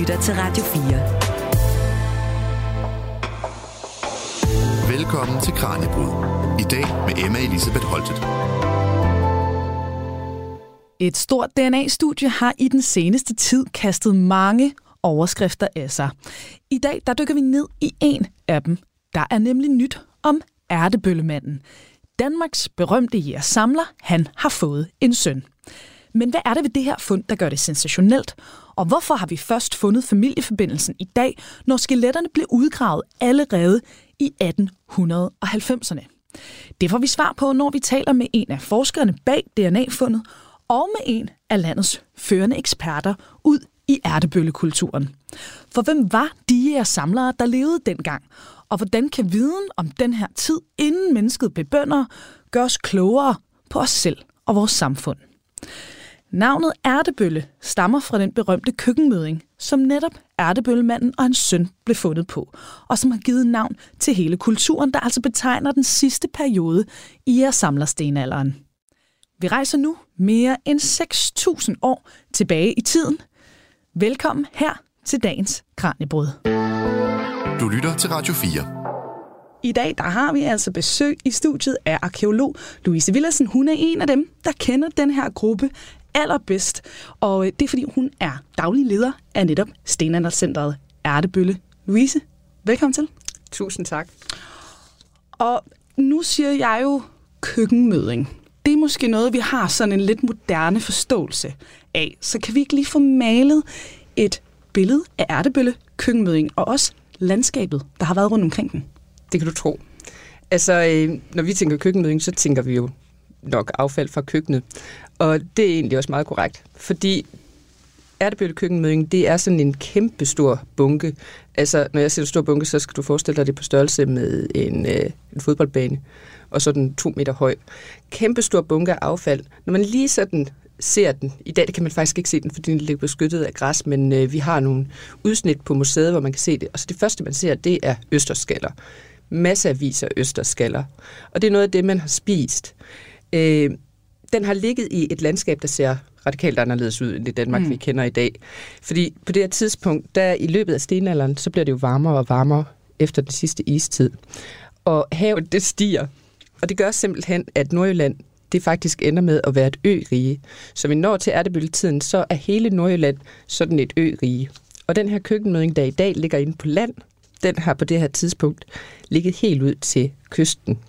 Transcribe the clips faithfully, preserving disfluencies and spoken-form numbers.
lytter til Radio fire. Velkommen til Kraniebrud. I dag med Emma Elisabeth Holtet. Et stort D N A-studie har i den seneste tid kastet mange overskrifter af sig. I dag der dykker vi ned i en af dem. Der er nemlig nyt om Ertebøllemanden. Danmarks berømte jægersamler, han har fået en søn. Men hvad er det ved det her fund, der gør det sensationelt? Og hvorfor har vi først fundet familieforbindelsen i dag, når skeletterne blev udgravet allerede i atten halvfemserne? Det får vi svar på, når vi taler med en af forskerne bag D N A-fundet, og med en af landets førende eksperter ud i ertebøllekulturen. For hvem var de jægersamlere, der levede dengang? Og hvordan kan viden om den her tid, inden mennesket blev bønder, gøre os klogere på os selv og vores samfund? Navnet Ertebølle stammer fra den berømte køkkenmødding, som netop Ertebøllemanden og hans søn blev fundet på, og som har givet navn til hele kulturen, der altså betegner den sidste periode i jægersamlerstenalderen. Vi rejser nu mere end seks tusind år tilbage i tiden. Velkommen her til dagens Kraniebrud. Du lytter til Radio fire. I dag der har vi altså besøg i studiet af arkæolog Louise Villadsen. Hun er en af dem, der kender den her gruppe allerbedst. Og det er, fordi hun er daglig leder af netop Stenaldercentret Ertebølle. Louise, velkommen til. Tusind tak. Og nu siger jeg jo køkkenmødding. Det er måske noget, vi har sådan en lidt moderne forståelse af. Så kan vi ikke lige få malet et billede af Ertebølle køkkenmødding, og også landskabet, der har været rundt omkring den? Det kan du tro. Altså, øh, når vi tænker køkkenmødding, så tænker vi jo nok affald fra køkkenet. Og det er egentlig også meget korrekt, fordi Ertebølle køkkenmødding, det er sådan en kæmpe stor bunke. Altså, når jeg siger stor bunke, så skal du forestille dig det på størrelse med en, øh, en fodboldbane, og så den to meter høj. Kæmpe stor bunke af affald. Når man lige sådan ser den, i dag det kan man faktisk ikke se den, fordi den ligger beskyttet af græs, men øh, vi har nogle udsnit på museet, hvor man kan se det. Og så det første, man ser, det er østersskaller. Masservis af østersskaller. Og det er noget af det, man har spist. Øh, den har ligget i et landskab, der ser radikalt anderledes ud, end det Danmark, mm. vi kender i dag. Fordi på det her tidspunkt, der i løbet af stenalderen, så bliver det jo varmere og varmere efter den sidste istid. Og havet, det stiger. Og det gør simpelthen, at Nordjylland, det faktisk ender med at være et ø-rige. Så vi når til Ertebølletiden, så er hele Nordjylland sådan et ø-rige. Og den her køkkenmødding, der i dag ligger inde på land, den har på det her tidspunkt ligget helt ud til kysten.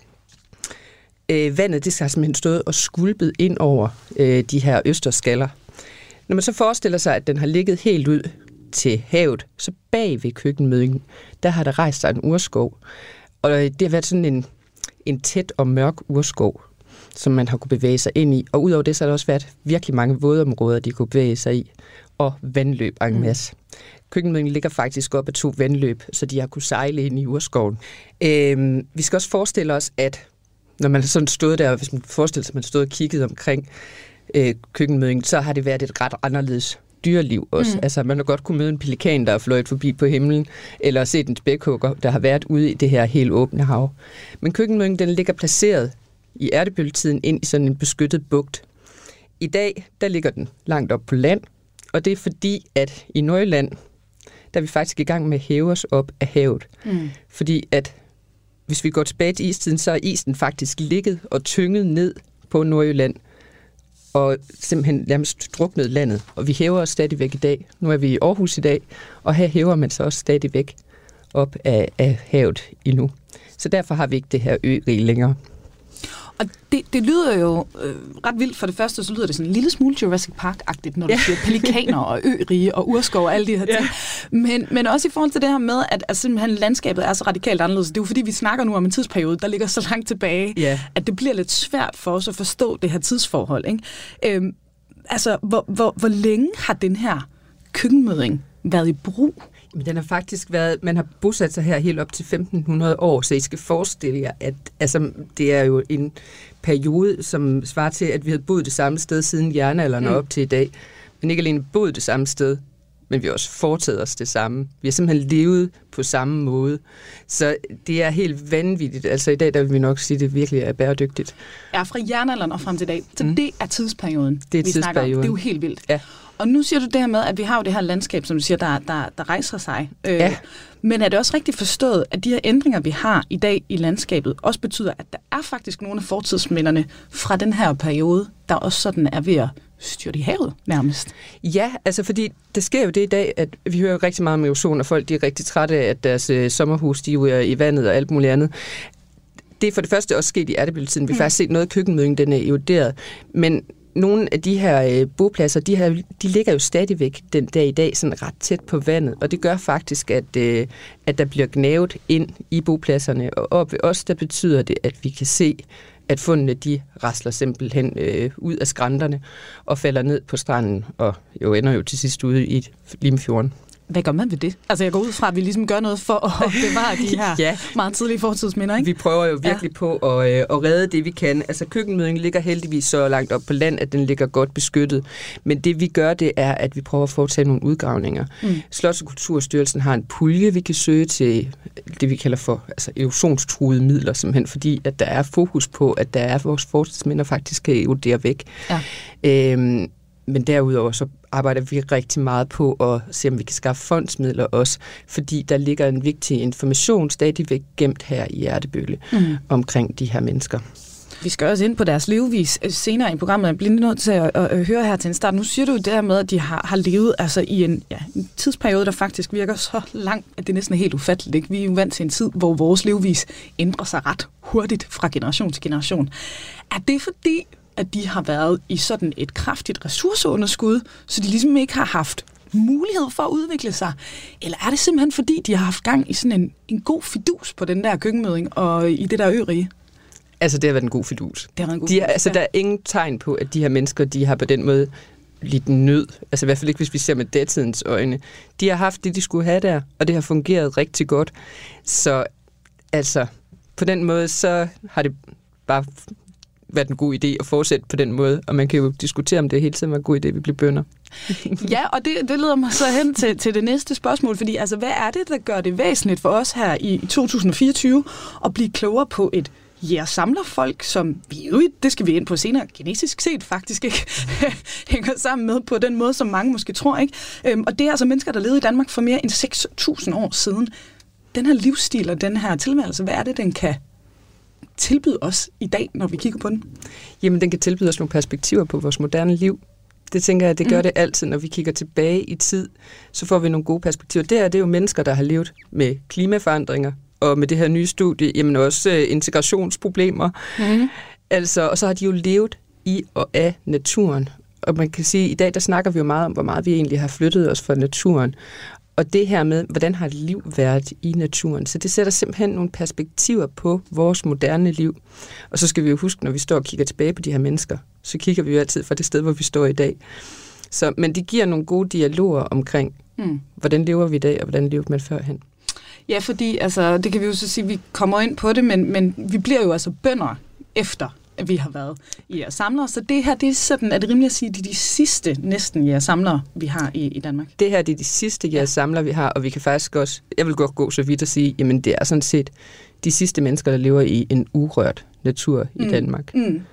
Øh, vandet, det har simpelthen stået og skulpet ind over øh, de her østerskaller. Når man så forestiller sig, at den har ligget helt ud til havet, så bag ved køkkenmøddingen, der har der rejst sig en urskov. Og det har været sådan en, en tæt og mørk urskov, som man har kunne bevæge sig ind i. Og udover det, så har der også været virkelig mange vådområder, de kunne bevæge sig i. Og vandløb en masse. Mm. Køkkenmøddingen ligger faktisk op ad to vandløb, så de har kunne sejle ind i urskoven. Øhm, vi skal også forestille os, at når man sådan stod der, hvis man forestiller sig, at man stod og kiggede omkring øh, køkkenmøddingen, så har det været et ret anderledes dyreliv også. Mm. Altså, man har godt kunne møde en pelikan, der er fløjet forbi på himlen, eller set en spækhugger, der har været ude i det her helt åbne hav. Men køkkenmøddingen, den ligger placeret i Ertebølletiden ind i sådan en beskyttet bugt. I dag, der ligger den langt op på land, og det er fordi, at i Nordjylland, der er vi faktisk i gang med at hæve os op af havet. Mm. Fordi at hvis vi går tilbage til istiden, så er isen faktisk ligget og tynget ned på Nordjylland, og simpelthen nærmest druknet landet. Og vi hæver os stadigvæk i dag. Nu er vi i Aarhus i dag, og her hæver man sig også stadigvæk op af, af havet endnu. Så derfor har vi ikke det her ø-rige længere. Og det, det lyder jo øh, ret vildt. For det første, så lyder det sådan en lille smule Jurassic Park-agtigt, når du ja. siger pelikaner og ø-rige og urskov og alle de her ting. Ja. Men, men også i forhold til det her med, at, at simpelthen landskabet er så radikalt anderledes. Det er jo fordi, vi snakker nu om en tidsperiode, der ligger så langt tilbage, ja. at det bliver lidt svært for os at forstå det her tidsforhold. Ikke? Øhm, altså, hvor, hvor, hvor længe har den her køkkenmødding været i brug? Men den har faktisk været, man har bosat sig her helt op til femten hundrede år, så I skal forestille jer, at altså, det er jo en periode, som svarer til, at vi havde boet det samme sted siden jernalderen mm. op til i dag. Men ikke alene boet det samme sted, men vi har også foretaget os det samme. Vi har simpelthen levet på samme måde. Så det er helt vanvittigt. Altså i dag, der vil vi nok sige, at det virkelig er bæredygtigt. Ja, fra jernalderen og frem til i dag. Så mm. det er tidsperioden, det er vi tidsperioden. snakker om. Det er jo helt vildt. Ja. Og nu siger du det her med, at vi har jo det her landskab, som du siger, der, der, der rejser sig. Øh, Ja. Men er det også rigtigt forstået, at de her ændringer, vi har i dag i landskabet, også betyder, at der er faktisk nogle af fortidsminderne fra den her periode, der også sådan er ved at styrte i havet nærmest? Ja, altså fordi der sker jo det i dag, at vi hører rigtig meget om erosion, og folk de er rigtig trætte af, at deres øh, sommerhus de er i vandet og alt muligt andet. Det er for det første også sket i Ertebølletiden. Vi har mm. faktisk set noget af køkkenmødingen, den er eroderet. Men nogle af de her øh, bopladser, de, her, de ligger jo stadigvæk den dag i dag sådan ret tæt på vandet, og det gør faktisk, at, øh, at der bliver gnavet ind i bopladserne, og op ved os, der betyder det, at vi kan se, at fundene de rasler simpelthen øh, ud af skrænterne og falder ned på stranden, og jo ender jo til sidst ude i Limfjorden. Hvad gør man ved det? Altså jeg går ud fra, at vi ligesom gør noget for at bevare de her ja. meget tidlige fortidsminder, ikke? Vi prøver jo virkelig ja. på at, øh, at redde det, vi kan. Altså køkkenmødingen ligger heldigvis så langt op på land, at den ligger godt beskyttet. Men det vi gør, det er, at vi prøver at foretage nogle udgravninger. Mm. Slots- og Kulturstyrelsen har en pulje, vi kan søge til det, vi kalder for altså, erosionstruede midler, simpelthen fordi, at der er fokus på, at der er vores fortidsminder faktisk kan erodere væk. Ja. Øhm, Men derudover så arbejder vi rigtig meget på at se, om vi kan skaffe fondsmidler også, fordi der ligger en vigtig information stadigvæk gemt her i Ertebølle mm. omkring de her mennesker. Vi skal også ind på deres levevis senere i programmet. Jeg bliver nødt til at, at høre her til en start. Nu siger du det her med, at de har, har levet altså, i en, ja, en tidsperiode, der faktisk virker så lang, at det næsten er helt ufatteligt. Ikke? Vi er jo vant til en tid, hvor vores levevis ændrer sig ret hurtigt fra generation til generation. Er det fordi, at de har været i sådan et kraftigt ressourceunderskud, så de ligesom ikke har haft mulighed for at udvikle sig? Eller er det simpelthen fordi, de har haft gang i sådan en, en god fidus på den der køkkenmøding og i det der ørige? Altså, det har været en god fidus. Det har været en god de fidus, har, altså, ja. Der er ingen tegn på, at de her mennesker, de har på den måde lidt nød. Altså i hvert fald ikke, hvis vi ser med datidens øjne. De har haft det, de skulle have der, og det har fungeret rigtig godt. Så altså, på den måde, så har det bare været en god idé at fortsætte på den måde, og man kan jo diskutere, om det hele tiden var en god idé, at vi bliver bønder. Ja, og det, det leder mig så hen til, til det næste spørgsmål, fordi altså, hvad er det, der gør det væsentligt for os her i to tusind fireogtyve at blive klogere på et jægersamlerfolk, som vi jo, det skal vi ind på senere, genetisk set faktisk ikke hænger sammen med på den måde, som mange måske tror, ikke? Øhm, og det er altså mennesker, der levede i Danmark for mere end seks tusind år siden. Den her livsstil og den her tilværelse, hvad er det, den kan tilbyde os i dag, når vi kigger på den? Jamen, den kan tilbyde os nogle perspektiver på vores moderne liv. Det tænker jeg, det gør mm. det altid, når vi kigger tilbage i tid, så får vi nogle gode perspektiver. Det er, det er jo mennesker, der har levet med klimaforandringer, og med det her nye studie, jamen også øh, integrationsproblemer. Mm. Altså, og så har de jo levet i og af naturen. Og man kan sige, at i dag, der snakker vi jo meget om, hvor meget vi egentlig har flyttet os fra naturen. Og det her med, hvordan har et liv været i naturen. Så det sætter simpelthen nogle perspektiver på vores moderne liv. Og så skal vi jo huske, når vi står og kigger tilbage på de her mennesker, så kigger vi jo altid fra det sted, hvor vi står i dag. Så, men det giver nogle gode dialoger omkring, mm. hvordan lever vi i dag, og hvordan lever man førhen. Ja, fordi altså, det kan vi jo så sige, vi kommer ind på det, men, men vi bliver jo altså bønder efter, at vi har været i jeres samlere. Så det her, det er sådan, er det rimeligt at sige, at det er de sidste næsten jeres samlere, vi har i, i Danmark? Det her, det er de sidste jeres ja. samlere, vi har, og vi kan faktisk også, jeg vil godt gå så vidt at sige, jamen det er sådan set de sidste mennesker, der lever i en urørt natur i mm. Danmark. Mm.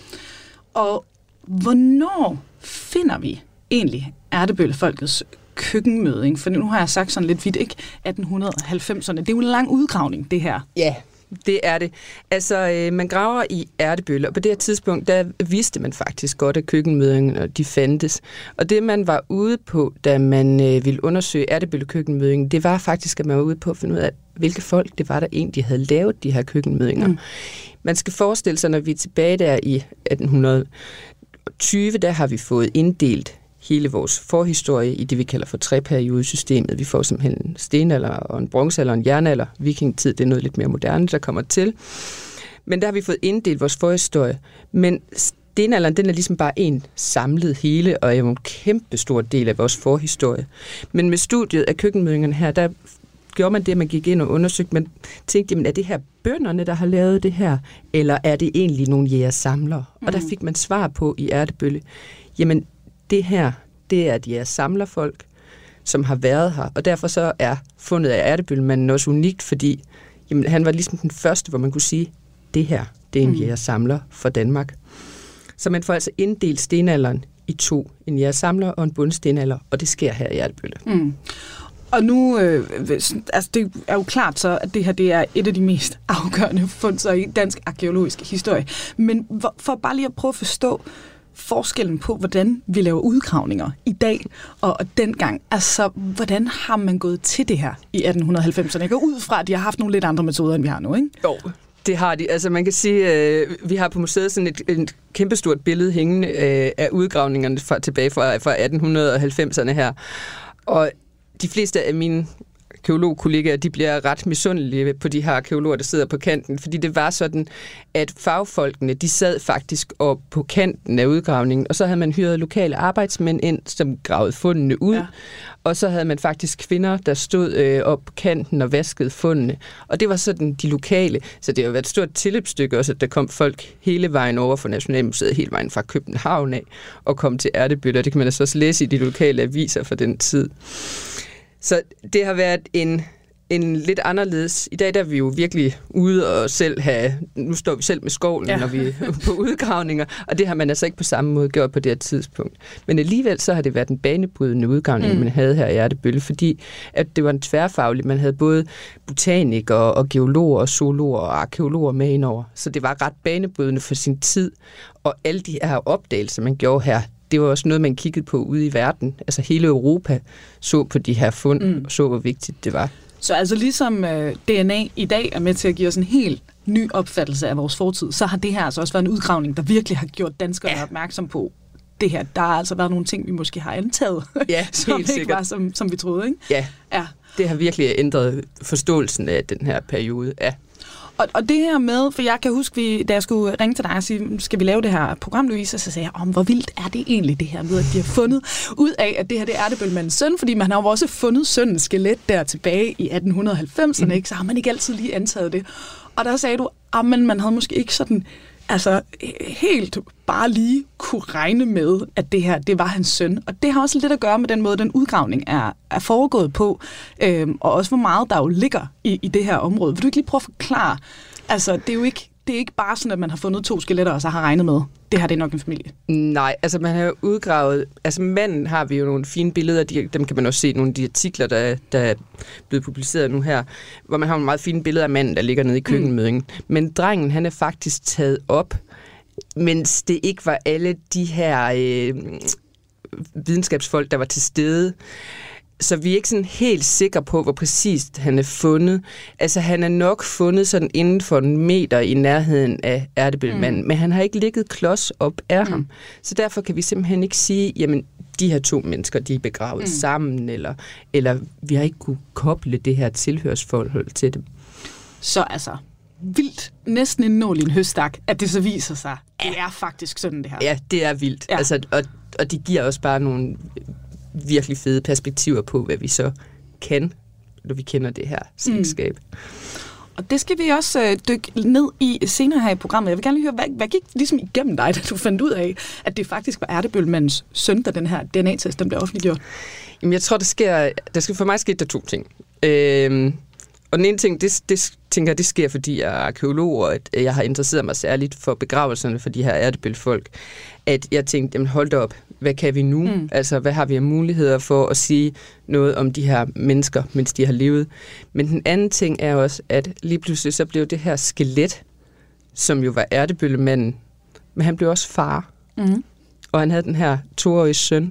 Og hvornår finder vi egentlig Ertebøllefolkets køkkenmøding? For nu har jeg sagt sådan lidt vidt, ikke? atten halvfemserne. Det er jo en lang udgravning, det her. Ja, det er det. Altså, øh, man graver i Ertebølle, og på det her tidspunkt, der vidste man faktisk godt, at køkkenmødingen, de fandtes. Og det, man var ude på, da man øh, ville undersøge Ertebølle-køkkenmødingen, det var faktisk, at man var ude på at finde ud af, hvilke folk det var, der egentlig havde lavet de her køkkenmødinger. Mm. Man skal forestille sig, når vi er tilbage der i atten tyve, der har vi fået inddelt hele vores forhistorie i det, vi kalder for treperiode-systemet. Vi får simpelthen en stenalder og en bronzealder og en jernalder. Vikingtid, det er noget lidt mere moderne, der kommer til. Men der har vi fået inddelt vores forhistorie. Men stenalderen, den er ligesom bare en samlet hele, og er jo en kæmpe stor del af vores forhistorie. Men med studiet af køkkenmødingerne her, der gjorde man det, at man gik ind og undersøgte. Man tænkte, jamen er det her bønderne, der har lavet det her? Eller er det egentlig nogle jægersamlere? Mm. Og der fik man svar på i Ertebølle, jamen det her, det er de er samlerfolk, som har været her, og derfor så er fundet af Ertebøllemanden også unikt, fordi jamen, han var ligesom den første, hvor man kunne sige, det her, det er en mm. jægersamler for Danmark. Så man får altså inddelt stenalderen i to, en jægersamler og en bundstenalder, og det sker her i Ertebølle. Mm. Og nu, øh, altså det er jo klart så, at det her det er et af de mest afgørende fund i dansk arkæologisk historie. Men for bare lige at prøve at forstå forskellen på, hvordan vi laver udgravninger i dag og, og dengang, altså hvordan har man gået til det her i atten halvfemserne? Jeg går ud fra, at de har haft nogle lidt andre metoder, end vi har nu, ikke? Jo, det har de. Altså man kan sige, øh, vi har på museet sådan et, et kæmpestort billede hængende øh, af udgravningerne fra, tilbage fra, fra atten halvfemserne her. Og de fleste af mine arkeologkollegaer, de bliver ret misundelige på de her arkeologer, der sidder på kanten, fordi det var sådan, at fagfolkene, de sad faktisk op på kanten af udgravningen, og så havde man hyret lokale arbejdsmænd ind, som gravede fundene ud, ja. Og så havde man faktisk kvinder, der stod øh, op på kanten og vaskede fundene, og det var sådan de lokale, så det har været et stort tilløbsstykke også, at der kom folk hele vejen over fra Nationalmuseet, hele vejen fra København af, og kom til Ertebølle, og det kan man altså også læse i de lokale aviser fra den tid. Så det har været en, en lidt anderledes. I dag der er vi jo virkelig ude og selv have, nu står vi selv med skovlen, ja. Når vi er på udgravninger, og det har man altså ikke på samme måde gjort på det her tidspunkt. Men alligevel så har det været en banebrydende udgravning, mm. man havde her i Ertebølle, fordi at det var en tværfaglig, man havde både botanikere og geologer og zoologer og arkeologer med indover, så det var ret banebrydende for sin tid, og alle de her opdagelser, man gjorde her, det var også noget, man kiggede på ude i verden. Altså hele Europa så på de her fund, mm. og så, hvor vigtigt det var. Så altså ligesom øh, D N A i dag er med til at give os en helt ny opfattelse af vores fortid, så har det her altså også været en udgravning, der virkelig har gjort danskerne ja. opmærksom på det her. Der har altså været nogle ting, vi måske har antaget, ja, som helt ikke sikkert. var, som, som vi troede, ikke? Ja. ja, det har virkelig ændret forståelsen af den her periode, ja. Og, og det her med, for jeg kan huske, vi, da jeg skulle ringe til dig og sige, skal vi lave det her program, Louise, så sagde jeg, om hvor vildt er det egentlig det her med, at de har fundet ud af, at det her det er Ertebøllemandens søn, fordi man har jo også fundet sønnens skelet der tilbage i atten halvfemserne, mm. ikke? Så har man ikke altid lige antaget det. Og der sagde du, at man havde måske ikke sådan, altså helt bare lige kunne regne med, at det her, det var hans søn. Og det har også lidt at gøre med den måde, den udgravning er, er foregået på, øhm, og også hvor meget der jo ligger i, i det her område. Vil du ikke lige prøve at forklare? Altså, det er jo ikke, det er ikke bare sådan, at man har fundet to skeletter, og så har regnet med, det her det er nok en familie. Nej, altså man har jo udgravet, altså manden har vi jo nogle fine billeder, de, dem kan man også se, nogle af de artikler, der, der er blevet publiceret nu her, hvor man har nogle meget fine billeder af manden, der ligger nede i køkkenmøddingen. Mm. Men drengen, han er faktisk taget op, mens det ikke var alle de her øh, videnskabsfolk, der var til stede. Så vi er ikke sådan helt sikre på, hvor præcist han er fundet. Altså, han er nok fundet sådan inden for en meter i nærheden af Ertebøllemanden, mm. men han har ikke ligget klods op af mm. ham. Så derfor kan vi simpelthen ikke sige, jamen, de her to mennesker, de er begravet mm. sammen, eller, eller vi har ikke kunne koble det her tilhørsforhold til dem. Så altså, vildt, næsten en nål i en høstak, at det så viser sig, at det er faktisk sådan, det her. Ja, det er vildt. Ja. Altså, og, og de giver også bare nogle virkelig fede perspektiver på, hvad vi så kan, når vi kender det her slægtskab. Mm. Og det skal vi også øh, dykke ned i senere her i programmet. Jeg vil gerne lige høre, hvad, hvad gik ligesom igennem dig, da du fandt ud af, at det faktisk var Ertebøllemandens søn, da den her D N A-test blev offentliggjort? Jamen, jeg tror, der sker, der skal for mig ske der to ting. Øhm, og den ene ting, det, det tænker jeg, det sker, fordi jeg er arkeolog, og at jeg har interesseret mig særligt for begravelserne for de her Ertebøllefolk, at jeg tænkte, jamen hold da op, hvad kan vi nu? Mm. Altså, hvad har vi af muligheder for at sige noget om de her mennesker, mens de har levet? Men den anden ting er også, at lige pludselig så blev det her skelet, som jo var Ertebøllemanden, men han blev også far. Mm. Og han havde den her toårige søn.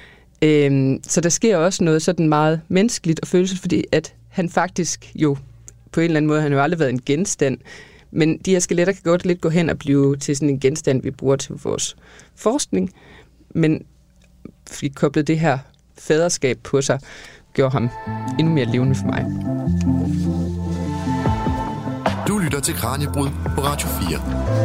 Øhm, så der sker også noget sådan meget menneskeligt og følelseligt, fordi at han faktisk jo, på en eller anden måde, han har jo aldrig været en genstand, men de her skeletter kan godt lidt gå hen og blive til sådan en genstand, vi bruger til vores forskning. Men vi koblede det her faderskab på sig, gjorde ham endnu mere levende for mig. Du lytter til Kraniebrud på Radio fire.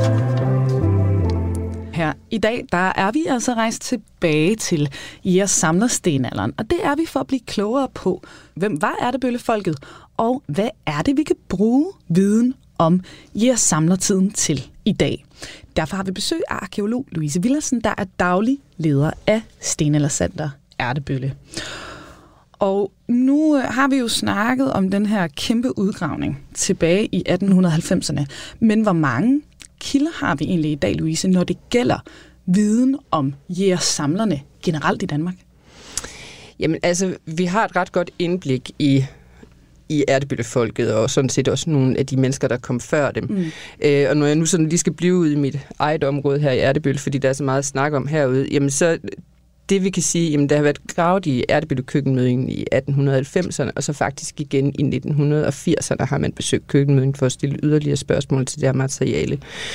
Her i dag, der er vi altså rejst tilbage til jægersamlerstenalderen, og det er vi for at blive klogere på, hvem var Ertebøllefolket, og hvad er det, vi kan bruge viden om jægersamlertiden til i dag. Derfor har vi besøg af arkeolog Louise Villadsen, der er daglig leder af Stenaldercenter Ertebølle. Og nu har vi jo snakket om den her kæmpe udgravning tilbage i atten halvfemserne. Men hvor mange kilder har vi egentlig i dag, Louise, når det gælder viden om jægersamlerne generelt i Danmark? Jamen altså, vi har et ret godt indblik i i Ertebøllefolket, og sådan set også nogle af de mennesker, der kom før dem. Mm. Øh, og når jeg nu sådan lige skal blive ude i mit eget område her i Ertebølle, fordi der er så meget at snakke om herude, jamen så det vi kan sige, jamen der har været gravet i Ertebølle køkkenmødingen i atten halvfemserne, og så faktisk igen i nitten firserne har man besøgt køkkenmødingen for at stille yderligere spørgsmål til det her materiale.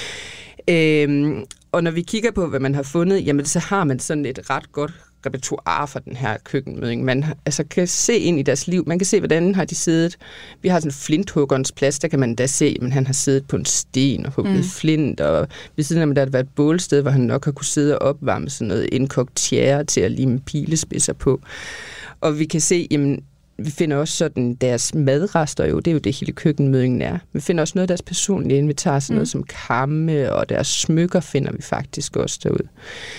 Øh, og når vi kigger på, hvad man har fundet, jamen så har man sådan et ret godt repertoire for den her køkkenmøding. Man altså, kan se ind i deres liv. Man kan se, hvordan har de siddet. Vi har sådan en flinthuggerens plads, der kan man da se, men han har siddet på en sten og hugget mm. flint, og ved siden af, der har været et bålsted, hvor han nok har kunne sidde og opvarme sådan noget indkogt tjære til at lime pilespidser på. Og vi kan se, jamen, vi finder også sådan deres madrester jo, det er jo det hele køkkenmødingen er. Vi finder også noget af deres personlige inventar, sådan noget mm. som kamme, og deres smykker finder vi faktisk også derude.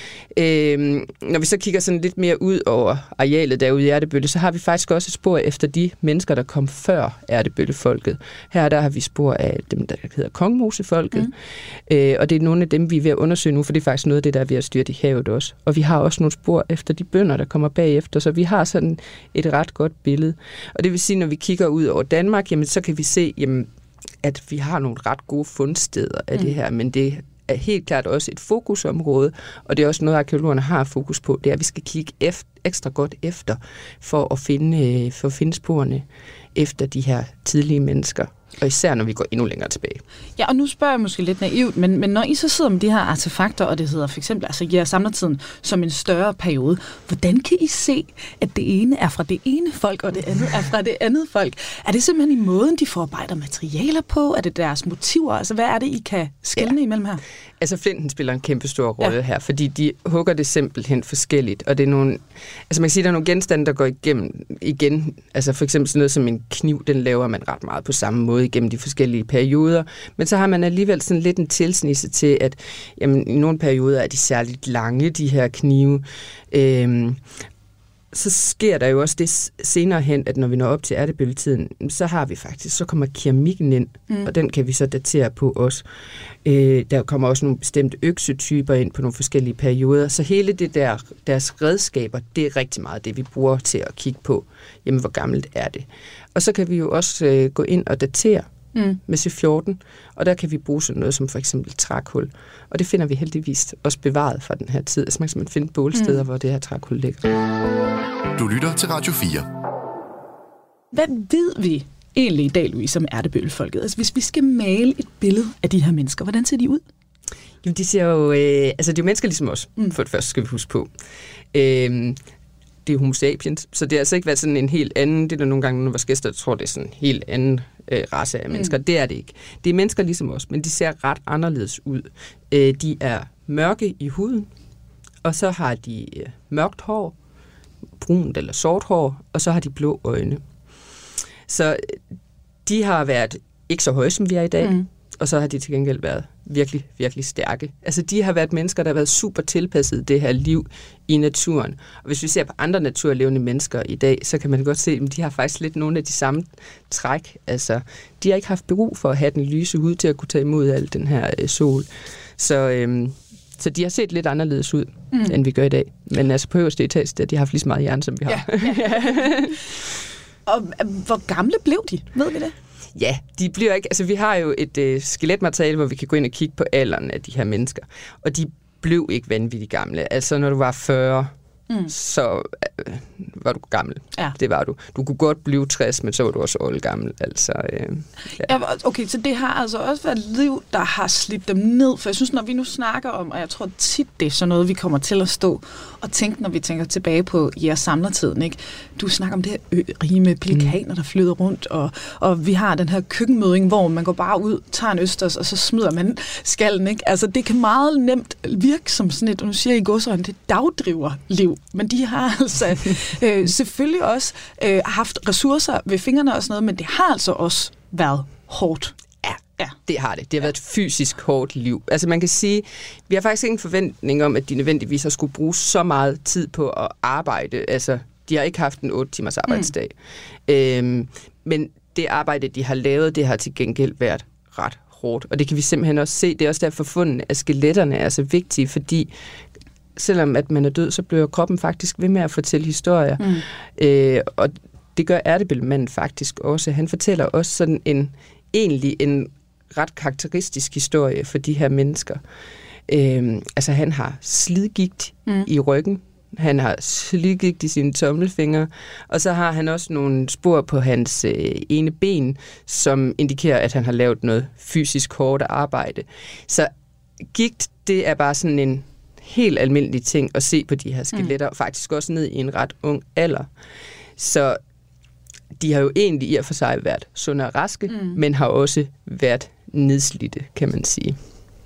Øhm, når vi så kigger sådan lidt mere ud over arealet derude i Ertebølle, så har vi faktisk også et spor efter de mennesker, der kom før Ertebøllefolket. Her der har vi spor af dem, der hedder Kongemosefolket, mm. øh, og det er nogle af dem, vi er ved at undersøge nu, for det er faktisk noget af det, der er ved at styre i havet også. Og vi har også nogle spor efter de bønder, der kommer bagefter, så vi har sådan et ret godt billede. Og det vil sige, når vi kigger ud over Danmark, jamen, så kan vi se, jamen, at vi har nogle ret gode fundsteder af mm. det her, men det er helt klart også et fokusområde, og det er også noget, arkæologerne har fokus på, det er, at vi skal kigge efter, ekstra godt efter, for at finde, for at finde sporene efter de her tidlige mennesker. Og især, når vi går endnu længere tilbage. Ja, og nu spørger jeg måske lidt naivt, men, men når I så sidder med de her artefakter, og det hedder for eksempel, altså jægersamlertiden som en større periode, hvordan kan I se, at det ene er fra det ene folk, og det andet er fra det andet folk? Er det simpelthen i måden, de forarbejder materialer på? Er det deres motiver? Altså, hvad er det, I kan skelne ja. imellem her? Altså, flinten spiller en kæmpe stor rolle ja. her, fordi de hugger det simpelthen forskelligt, og det er nogle, altså man kan sige, der er nogle genstande, der går igennem igen. Altså for eksempel sådan noget som en kniv, den laver man ret meget på samme måde igennem de forskellige perioder, men så har man alligevel sådan lidt en tilsnisse til, at jamen, i nogle perioder er de særligt lange, de her knive. Øhm, så sker der jo også det senere hen, at når vi når op til Ertebølletiden, så har vi faktisk, så kommer keramikken ind, mm. og den kan vi så datere på også. Øh, der kommer også nogle bestemte øksetyper ind på nogle forskellige perioder, så hele det der, deres redskaber, det er rigtig meget det, vi bruger til at kigge på, jamen hvor gammelt er det. Og så kan vi jo også øh, gå ind og datere mm. med C fjorten, og der kan vi bruge sådan noget som for eksempel trækul. Og det finder vi heldigvis også bevaret fra den her tid. Altså man kan simpelthen finde bålsteder, mm. hvor det her trækul ligger. Du lytter til Radio fire. Hvad ved vi egentlig i dag, Louise, om Ertebøllefolket? Altså hvis vi skal male et billede af de her mennesker, hvordan ser de ud? Jo, de ser jo, øh, altså de er jo mennesker ligesom os, mm. for det første skal vi huske på. Øh, det er homo sapiens, så det har altså ikke været sådan en helt anden, det er der nogle gange, når vores gæster tror, det er sådan en helt anden øh, race af mennesker. Mm. Det er det ikke. Det er mennesker ligesom os, men de ser ret anderledes ud. Øh, de er mørke i huden, og så har de øh, mørkt hår, brunt eller sort hår, og så har de blå øjne. Så de har været ikke så høje, som vi er i dag, mm. og så har de til gengæld været virkelig, virkelig stærke. Altså, de har været mennesker, der har været super tilpasset det her liv i naturen. Og hvis vi ser på andre naturlevende mennesker i dag, så kan man godt se, at de har faktisk lidt nogle af de samme træk. Altså, de har ikke haft brug for at have den lyse hud til at kunne tage imod al den her øh, sol. Så, øhm, så de har set lidt anderledes ud, mm. end vi gør i dag. Men altså på øverste etage, der de har haft lige så meget hjerne, som vi har. Ja, ja. Og hvor gamle blev de? Ved vi det? Ja, de bliver ikke. Altså, vi har jo et øh, skeletmateriale, hvor vi kan gå ind og kigge på alderen af de her mennesker. Og de blev ikke vanvittigt gamle. Altså, når du var fyrre, mm. så øh, var du gammel. Ja. Det var du. Du kunne godt blive tres, men så var du også oldgammel. Altså, øh, ja. Ja, okay, så det har altså også været liv, der har slidt dem ned. For jeg synes, når vi nu snakker om, og jeg tror tit, det er sådan noget, vi kommer til at stå og tænke, når vi tænker tilbage på jeres samlertiden, ikke? Du snakker om det her ø-rige med pelikaner, mm. der flyder rundt, og, og vi har den her køkkenmøding, hvor man går bare ud, tager en østers, og så smider man skallen, ikke? Altså, det kan meget nemt virke som sådan et, og nu siger jeg i godsøjne, det dagdriverliv. Men de har altså øh, selvfølgelig også øh, haft ressourcer ved fingrene og sådan noget, men det har altså også været hårdt. Ja, ja. Det har det. Det har været et fysisk hårdt liv. Altså man kan sige, vi har faktisk ingen forventning om, at de nødvendigvis har skulle bruge så meget tid på at arbejde. Altså, de har ikke haft en otte timers arbejdsdag. Mm. Øhm, men det arbejde, de har lavet, det har til gengæld været ret hårdt. Og det kan vi simpelthen også se. Det er også derfor, fundene af skeletterne er så vigtige, fordi selvom at man er død, så bliver kroppen faktisk ved med at fortælle historier. Mm. Øh, og det gør ærtebøllemanden faktisk også. Han fortæller også sådan en, egentlig en ret karakteristisk historie for de her mennesker. Øh, altså han har slidgigt mm. i ryggen. Han har slidgigt i sine tommelfingre, og så har han også nogle spor på hans øh, ene ben, som indikerer, at han har lavet noget fysisk hårdt arbejde. Så gigt, det er bare sådan en helt almindelig ting at se på de her skeletter, mm. faktisk også ned i en ret ung alder. Så de har jo egentlig i og for sig været sunde og raske, mm. men har også været nedslidte, kan man sige.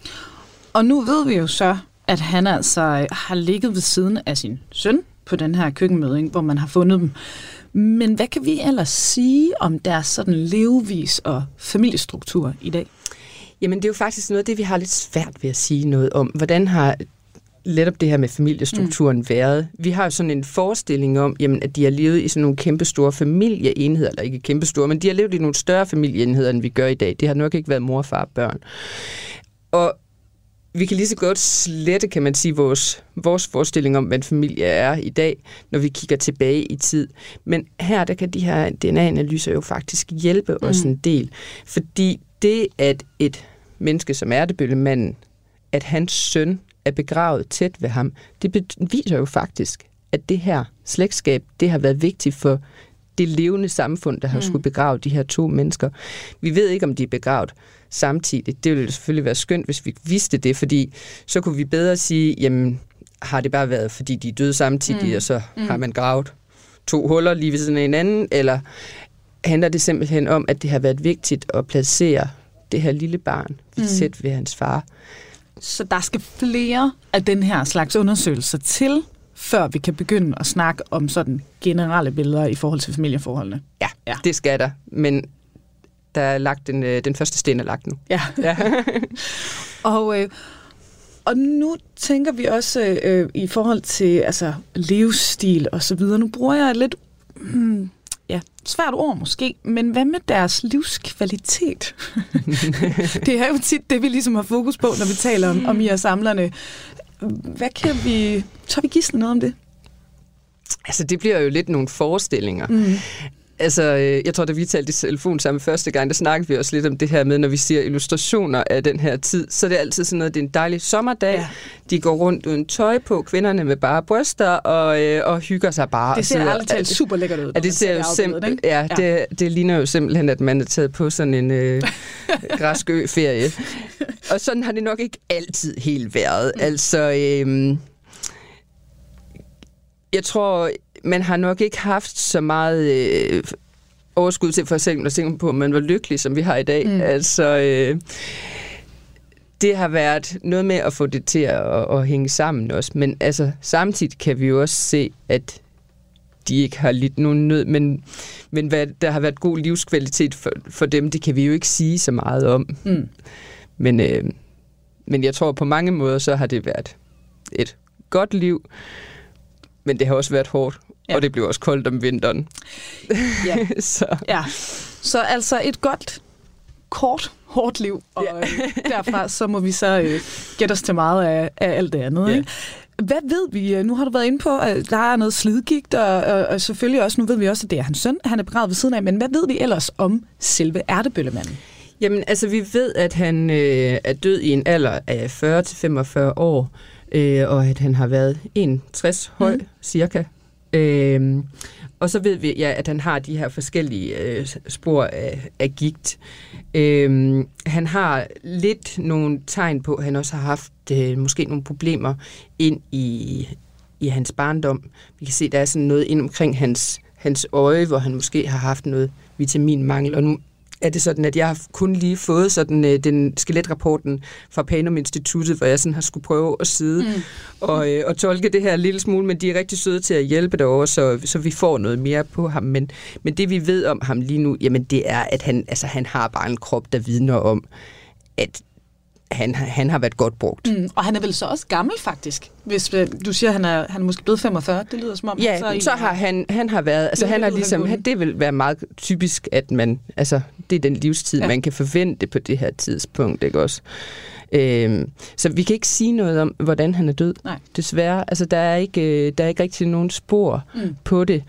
Og nu ved vi jo så, at han altså har ligget ved siden af sin søn på den her køkkenmøding, hvor man har fundet dem. Men hvad kan vi ellers sige om deres sådan levevis og familiestruktur i dag? Jamen, det er jo faktisk noget af det, vi har lidt svært ved at sige noget om. Hvordan har netop det her med familiestrukturen mm. været? Vi har jo sådan en forestilling om, jamen, at de har levet i sådan nogle kæmpestore familieenheder, eller ikke kæmpestore, men de har levet i nogle større familieenheder, end vi gør i dag. Det har nok ikke været mor, far, børn. Og vi kan lige så godt slette, kan man sige, vores, vores forestilling om, hvad en familie er i dag, når vi kigger tilbage i tid. Men her, der kan de her D N A-analyser jo faktisk hjælpe mm. os en del. Fordi det, at et menneske som ærtebøllemanden, at hans søn er begravet tæt ved ham, det viser jo faktisk, at det her slægtskab, det har været vigtigt for det levende samfund, der har mm. skulle begrave de her to mennesker. Vi ved ikke, om de er begravet samtidig. Det ville selvfølgelig være skønt, hvis vi vidste det, fordi så kunne vi bedre sige, jamen, har det bare været, fordi de er døde samtidig, mm. og så mm. har man gravet to huller lige ved siden af hinanden, eller handler det simpelthen om, at det har været vigtigt at placere det her lille barn mm. tæt ved hans far. Så der skal flere af den her slags undersøgelser til, før vi kan begynde at snakke om sådan generelle billeder i forhold til familieforholdene? Ja, ja. Det skal der, men der er lagt den, den første sten er lagt nu. Ja. ja. og, øh, og nu tænker vi også øh, i forhold til altså, livsstil og så videre. Nu bruger jeg et lidt hmm, ja, svært ord måske, men hvad med deres livskvalitet? Det er jo tit det, vi ligesom har fokus på, når vi taler om, om I er samlerne. Hvad kan vi... Tør vi gisne noget om det? Altså, det bliver jo lidt nogle forestillinger. Mm. Altså, jeg tror, da vi talte i telefon sammen første gang, der snakkede vi også lidt om det her med, når vi siger illustrationer af den her tid, så er det altid sådan noget, det er en dejlig sommerdag. Ja. De går rundt uden tøj på, kvinderne med bare bryster, og, øh, og hygger sig bare. Det ser aldrig talt super lækkert ud. Ja, det ser jo simpelthen, ja, ja. Det, det ligner jo simpelthen, at man er taget på sådan en øh, græsk ø-ferie. Og sådan har det nok ikke altid helt været. Mm. Altså, øh, jeg tror... Man har nok ikke haft så meget øh, overskud til for eksempel at tænke på, at man var lykkelig, som vi har i dag. Mm. Altså, øh, det har været noget med at få det til at, at hænge sammen også. Men altså, samtidig kan vi jo også se, at de ikke har lidt nogen nød. Men, men hvad der har været god livskvalitet for, for dem, det kan vi jo ikke sige så meget om. Mm. Men, øh, men jeg tror, på mange måder, så har det været et godt liv. Men det har også været hårdt. Ja. Og det bliver også koldt om vinteren. Ja. så. ja. Så altså et godt, kort, hårdt liv. Og ja. derfra så må vi så øh, gætte os til meget af, af alt det andet. Ja. Ikke? Hvad ved vi? Nu har du været inde på, at der er noget slidgigt, og, og, og selvfølgelig også, nu ved vi også, at det er hans søn, han er begravet ved siden af. Men hvad ved vi ellers om selve ærtebøllemanden? Jamen, altså vi ved, at han øh, er død i en alder af fyrre til femogfyrre år, øh, og at han har været enogtres høj, mm. cirka. Øhm, og så ved vi, ja, at han har de her forskellige øh, spor af, af gigt. Øhm, han har lidt nogle tegn på, at han også har haft øh, måske nogle problemer ind i, i hans barndom. Vi kan se, at der er sådan noget ind omkring hans, hans øje, hvor han måske har haft noget vitaminmangel. Og nu er det sådan, at jeg har kun lige fået sådan, øh, den skeletrapporten fra Panum Instituttet, hvor jeg sådan har skulle prøve at sidde mm. og, øh, og tolke det her en lille smule, men de er rigtig søde til at hjælpe derovre, så, så vi får noget mere på ham. Men, men det vi ved om ham lige nu, jamen det er, at han, altså, han har bare en krop, der vidner om, at han, han har været godt brugt. Mm, og han er vel så også gammel, faktisk. Hvis du siger, at han er, han er måske blevet femogfyrre, det lyder som om... Ja, så, så har han, han har været... Altså, han har ligesom, han, det vil være meget typisk, at man... Altså, det er den livstid, ja. man kan forvente på det her tidspunkt, ikke også? Øh, så vi kan ikke sige noget om, hvordan han er død. Nej. Desværre. Altså, der er ikke, der er ikke rigtig nogen spor mm. på det.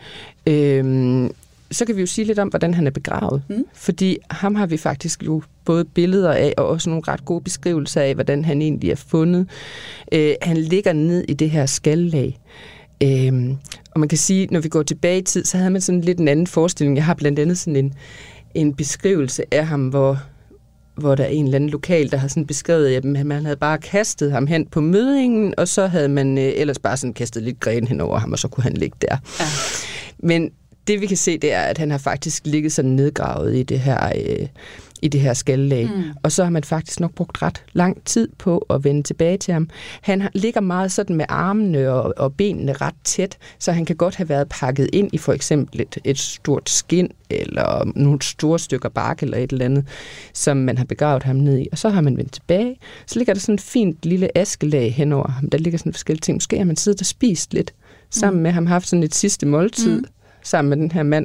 Øh, så kan vi jo sige lidt om, hvordan han er begravet. Mm. Fordi ham har vi faktisk jo både billeder af, og også nogle ret gode beskrivelser af, hvordan han egentlig er fundet. Øh, han ligger ned i det her skallag. Øh, og man kan sige, når vi går tilbage i tid, så havde man sådan lidt en anden forestilling. Jeg har blandt andet sådan en, en beskrivelse af ham, hvor, hvor der er en eller anden lokal, der har sådan beskrevet, at man havde bare kastet ham hen på mødingen, og så havde man øh, ellers bare sådan kastet lidt gren hen over ham, og så kunne han ligge der. Ja. Men det vi kan se, det er, at han har faktisk ligget sådan nedgravet i det her, øh, i det her skallag. Mm. Og så har man faktisk nok brugt ret lang tid på at vende tilbage til ham. Han ligger meget sådan med armene og, og benene ret tæt, så han kan godt have været pakket ind i for eksempel et, et stort skind, eller nogle store stykker bark, eller et eller andet, som man har begravet ham ned i. Og så har man vendt tilbage. Så ligger der sådan et fint lille askelag henover ham. Der ligger sådan forskellige ting. Måske har man siddet og spist lidt sammen mm. med ham, haft sådan et sidste måltid mm. sammen med den her mand.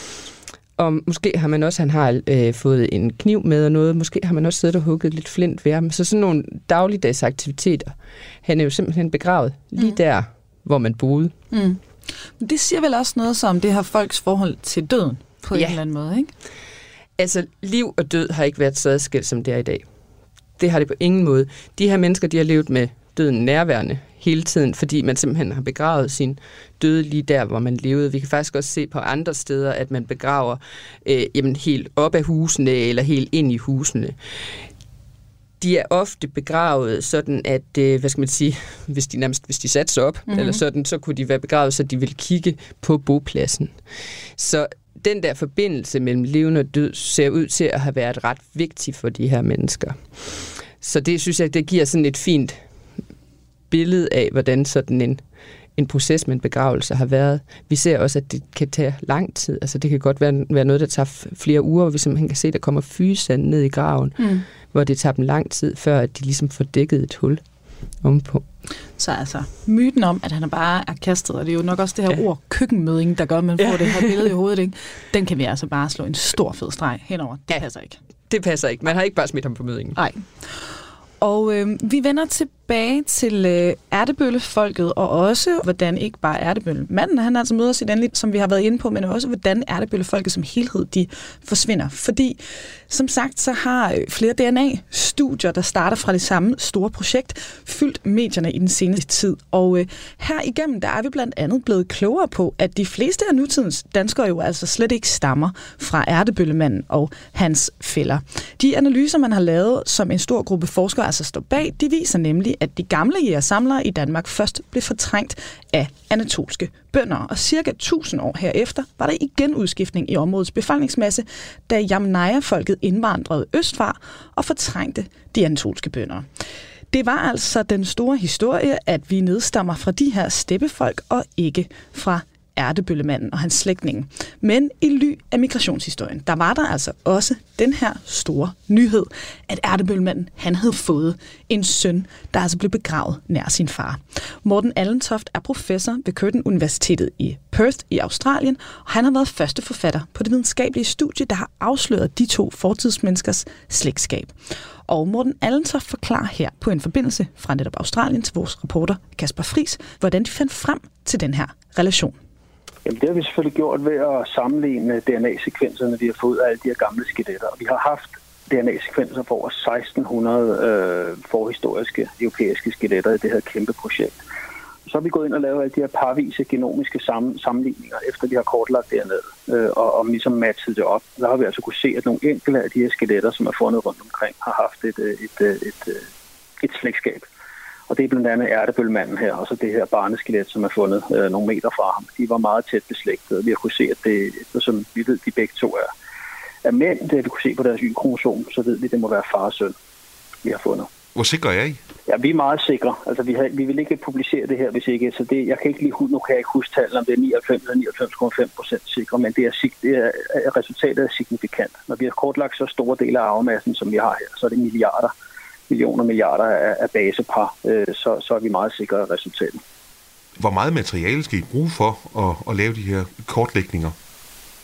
Og måske har man også, han har øh, fået en kniv med og noget, måske har man også siddet og hugget lidt flint ved ham. Så sådan nogle dagligdags aktiviteter. Han er jo simpelthen begravet lige mm. der, hvor man boede. Mm. Det siger vel også noget som det her folks forhold til døden, på ja. en eller anden måde, ikke? Altså, liv og død har ikke været så adskilt, som det er i dag. Det har det på ingen måde. De her mennesker, de har levet med døden nærværende hele tiden, fordi man simpelthen har begravet sin døde lige der, hvor man levede. Vi kan faktisk også se på andre steder, at man begraver øh, jamen, helt op ad husene, eller helt ind i husene. De er ofte begravet sådan, at, øh, hvad skal man sige, hvis de nærmest, hvis de satte sig op, mm-hmm. eller sådan, så kunne de være begravet, så de ville kigge på bopladsen. Så den der forbindelse mellem levende og død ser ud til at have været ret vigtig for de her mennesker. Så det synes jeg, det giver sådan et fint billede af, hvordan sådan en, en proces med en begravelse har været. Vi ser også, at det kan tage lang tid. Altså det kan godt være, være noget, der tager flere uger, hvor vi simpelthen kan se, at der kommer fygesand ned i graven, mm. hvor det tager dem lang tid, før at de ligesom får dækket et hul ovenpå. Så altså, myten om, at han bare er kastet, og det er jo nok også det her ja. ord køkkenmøding, der gør, at man får ja. det her billede i hovedet, ikke? Den kan vi altså bare slå en stor fed streg henover. Det ja. passer ikke. Det passer ikke. Man har ikke bare smidt ham på mødingen. Nej. Og øh, vi vender tilbage til øh, Ertebøllefolket, og også hvordan ikke bare Ertebølle manden, han altså møder sit endeligt, som vi har været inde på, men også hvordan Ertebøllefolket som helhed, de forsvinder. Fordi, som sagt, så har øh, flere D N A-studier, der starter fra det samme store projekt, fyldt medierne i den seneste tid. Og øh, her igennem, der er vi blandt andet blevet klogere på, at de fleste af nutidens danskere jo altså slet ikke stammer fra Ertebøllemanden og hans fæller. De analyser, man har lavet, som en stor gruppe forskere altså står bag, de viser nemlig, at de gamle jægersamlere i Danmark først blev fortrængt af anatolske bønder, og cirka tusind år herefter var der igen udskiftning i områdets befolkningsmasse, da Yamnaya-folket indvandrede østfra og fortrængte de anatolske bønder. Det var altså den store historie, at vi nedstammer fra de her steppefolk og ikke fra Ertebøllemanden og hans slægtninge. Men i ly af migrationshistorien, der var der altså også den her store nyhed, at Ertebøllemanden, han havde fået en søn, der altså blev begravet nær sin far. Morten Allentoft er professor ved Curtin Universitetet i Perth i Australien, og han har været første forfatter på det videnskabelige studie, der har afsløret de to fortidsmenneskers slægtskab. Og Morten Allentoft forklarer her på en forbindelse fra netop Australien til vores reporter Kasper Friis, hvordan de fandt frem til den her relation. Jamen, det har vi selvfølgelig gjort ved at sammenligne D N A-sekvenserne, vi har fået af alle de her gamle skeletter. Og vi har haft D N A-sekvenser på over seksten hundrede øh, forhistoriske europæiske skeletter i det her kæmpe projekt. Så har vi gået ind og lavet alle de her parvise genomiske sammen, sammenligninger, efter vi har kortlagt dernede, øh, og, og ligesom matchet det op. Der har vi altså kunne se, at nogle enkelte af de her skeletter, som er fundet rundt omkring, har haft et, et, et, et, et, et slægtskab. Og det er blandt andet Ertebøllemanden her, og så det her barneskelet, som er fundet øh, nogle meter fra ham. De var meget tæt beslægtede. Vi har kunne se, at det, som vi ved, de begge to er, er mænd. Det har vi kunne se på deres Y-kromosom, så ved vi, at det må være far og søn, vi har fundet. Hvor sikre er I? Ja, vi er meget sikre. Altså, vi, har, vi vil ikke publicere det her, hvis ikke. Så det, jeg kan ikke lige nu kan jeg ikke huske tallet, om det er nioghalvfems eller nioghalvfems komma fem procent sikre, men det er, det er, resultatet er signifikant. Når vi har kortlagt så store dele af arvemassen, som vi har her, så er det milliarder. millioner milliarder af, af basepar, øh, så, så er vi meget sikre af resultatet. Hvor meget materiale skal I bruge for at, at lave de her kortlægninger?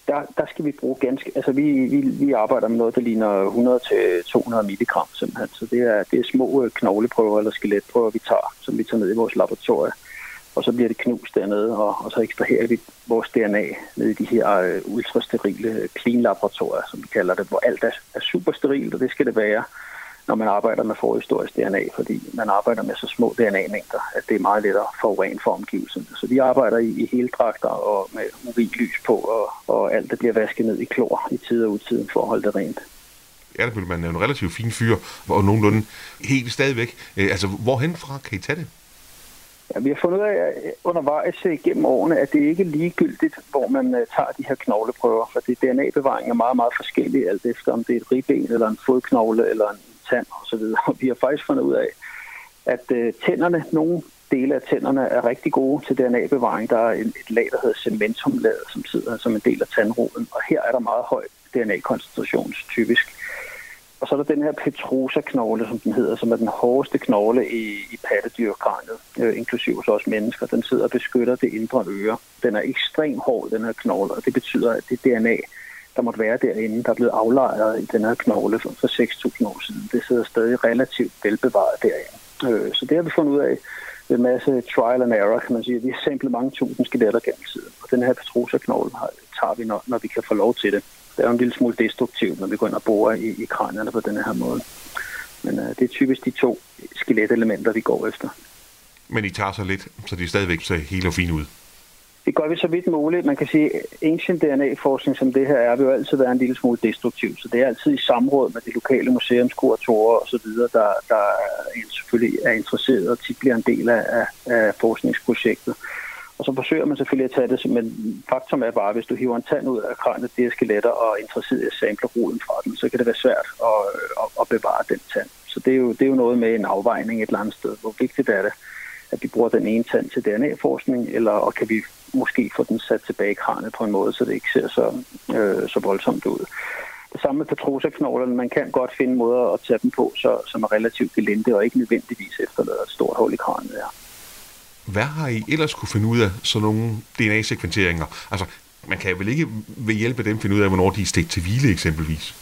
der, der skal vi bruge ganske... Altså, vi, vi, vi arbejder med noget, der ligner hundrede til to hundrede milligram, simpelthen. Så det er, det er små knogleprøver eller skeletprøver, vi tager, som vi tager ned i vores laboratorie. Og så bliver det knust dernede, og, og så ekstraherer vi vores D N A ned i de her øh, ultrasterile clean-laboratorier, som vi kalder det, hvor alt er, er super sterilt, og det skal det være, når man arbejder med forhistorisk D N A, fordi man arbejder med så små D N A-mængder, at det er meget lettere for forurene for omgivelserne. Så vi arbejder i, i heldragter og med U V-lys på, og, og alt det bliver vasket ned i klor i tid og utiden for at holde det rent. Erdebøllemann er en relativt fin fyr, og nogenlunde helt stadigvæk. Altså, hvorhen fra kan I tage det? Ja, vi har fundet ud af undervejs gennem årene, at det ikke er ligegyldigt, hvor man tager de her knogleprøver, for det D N A-bevaring er meget, meget forskellig, alt efter om det er et ribben, eller en fodknogle, eller en tand osv. Og vi har faktisk fundet ud af, at uh, tænderne, nogle dele af tænderne er rigtig gode til D N A-bevaring. Der er et, et lag, der hedder cementumlaget, som sidder som en del af tandroden, og her er der meget høj D N A-koncentration typisk. Og så er der den her petrosa-knogle, som den hedder, som er den hårdeste knogle i, i pattedyrkraniet, øh, inklusive hos os mennesker. Den sidder og beskytter det indre øre. Den er ekstremt hård, den her knogle, og det betyder, at det D N A, der måtte være derinde, der er blevet aflejret i den her knogle for, for seks tusind år siden, det sidder stadig relativt velbevaret derinde. Øh, så det har vi fundet ud af ved en masse trial and error, kan man sige. Vi har samlet mange tusind skeletter gennem tiden, og den her petrosa-knogle tager vi, når, når vi kan få lov til det. Det er jo en lille smule destruktivt, når vi går ind og borer i, i kranierne på denne her måde. Men uh, det er typisk de to skeletelementer, vi går efter. Men I tager så lidt, så de stadigvæk ser helt og fint ud? Det gør vi så vidt muligt. Man kan sige, at ancient D N A-forskning som det her er, vil jo altid være en lille smule destruktiv. Så det er altid i samråd med de lokale museumskuratorer osv., der, der selvfølgelig er interesseret og tit bliver en del af, af forskningsprojektet. Og så forsøger man selvfølgelig at tage det, men faktum er bare, at hvis du hiver en tand ud af kraniet, det er skeletter og er interesseret i at sample roden fra den, så kan det være svært at, at, at bevare den tand. Så det er, jo, det er jo noget med en afvejning et eller andet sted. Hvor vigtigt er det, at vi bruger den ene tand til D N A-forskning, eller og kan vi måske få den sat tilbage i kraniet på en måde, så det ikke ser så, øh, så voldsomt ud. Det samme med petrosa-knoglerne. Man kan godt finde måder at tage dem på, så, som er relativt gelinde og ikke nødvendigvis efterlader et stort hul i kraniet. Ja. Hvad har I ellers kunne finde ud af sådan nogle D N A-sekventeringer? Altså, man kan vel ikke ved hjælp af dem finde ud af, hvornår de er stegt til hvile eksempelvis?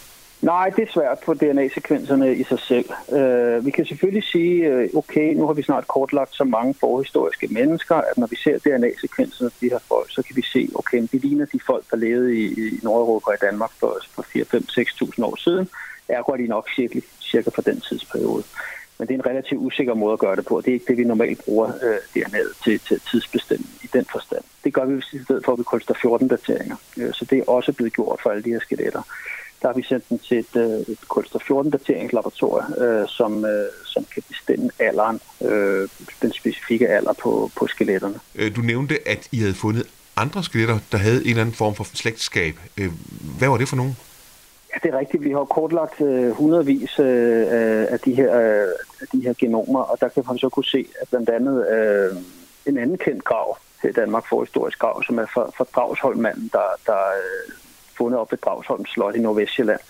Nej, det er svært på D N A-sekvenserne i sig selv. Uh, vi kan selvfølgelig sige, okay, nu har vi snart kortlagt så mange forhistoriske mennesker, at når vi ser D N A-sekvenserne af de her folk, så kan vi se, okay, det ligner de folk, der levede i, i Nordeuropa og i Danmark for, for fire, fem, seks tusind år siden. Ergo er de nok cirka, cirka for den tidsperiode. Men det er en relativt usikker måde at gøre det på. Det er ikke det, vi normalt bruger øh, D N A'et til, til tidsbestemme i den forstand. Det gør vi i stedet for, at vi kulster fjorten dateringer. Øh, så det er også blevet gjort for alle de her skeletter. Der har vi sendt dem til et, øh, et kulster fjorten dateringslaboratorium, øh, som, øh, som kan bestemme alderen, øh, den specifikke alder på, på skeletterne. Du nævnte, at I havde fundet andre skeletter, der havde en eller anden form for slægtskab. Hvad var det for nogen? Ja, det er rigtigt. Vi har kortlagt øh, hundredvis øh, af, de her, øh, af de her genomer, og der kan man så kunne se, at blandt andet øh, en anden kendt grav til Danmark, forhistorisk grav, som er fra, fra Dragsholm-manden, der, der er fundet op ved Dragsholm Slot i Nordvestjylland.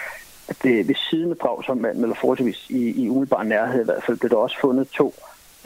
At det, ved siden af Dragsholm-manden, eller forholdsvis i, i umiddelbar nærhed i hvert fald, blev der også fundet to,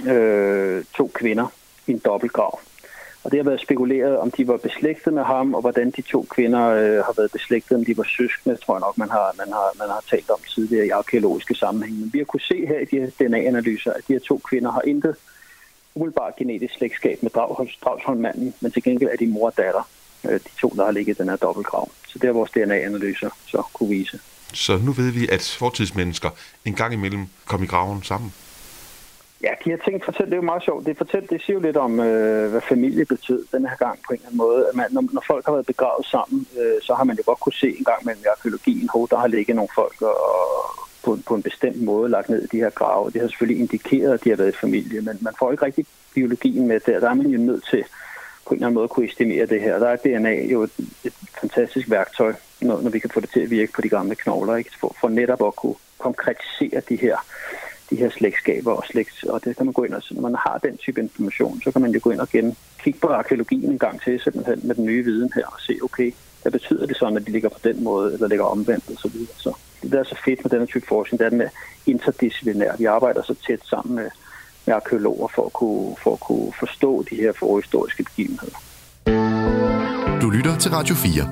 øh, to kvinder i en dobbeltgrav. Og det har været spekuleret, om de var beslægtet med ham, og hvordan de to kvinder øh, har været beslægtet, om de var søskende, tror jeg nok, man har, man har, man har talt om tidligere i arkeologiske sammenhæng. Men vi har kunne se her i de her D N A-analyser, at de her to kvinder har intet umiddelbart genetisk slægtskab med Dragsholm-manden, men til gengæld er de mor og datter, øh, de to, der har ligget i den her dobbeltgrav. Så det har vores D N A-analyser så kunne vise. Så nu ved vi, at fortidsmennesker en gang imellem kom i graven sammen? Ja, de her ting fortæller, det er jo meget sjovt. Det, fortæller, det siger jo lidt om, øh, hvad familie betød den her gang på en eller anden måde. At man, når, når folk har været begravet sammen, øh, så har man jo godt kunne se en gang mellem arkeologien, hvor der har ligget nogle folk og, på, på en bestemt måde lagt ned i de her grave. Det har selvfølgelig indikeret, at de har været i familie, men man får ikke rigtig biologien med der. Der er man jo nødt til på en eller anden måde at kunne estimere det her. Der er D N A jo et, et fantastisk værktøj, når, når vi kan få det til at virke på de gamle knogler, ikke? For, for netop at kunne konkretisere de her de her slægtskaber og slægt, og det kan man gå ind og, når man har den type information, så kan man jo gå ind og igen kigge på arkeologien en gang til, simpelthen med den nye viden her, og se, okay, hvad betyder det så, når de ligger på den måde, eller ligger omvendt, og så videre. Så det, der er så fedt med denne type forskning, det er den med interdisciplinær. Vi arbejder så tæt sammen med, med arkeologer for at, kunne, for at kunne forstå de her forhistoriske begivenheder. Du lytter til Radio fire.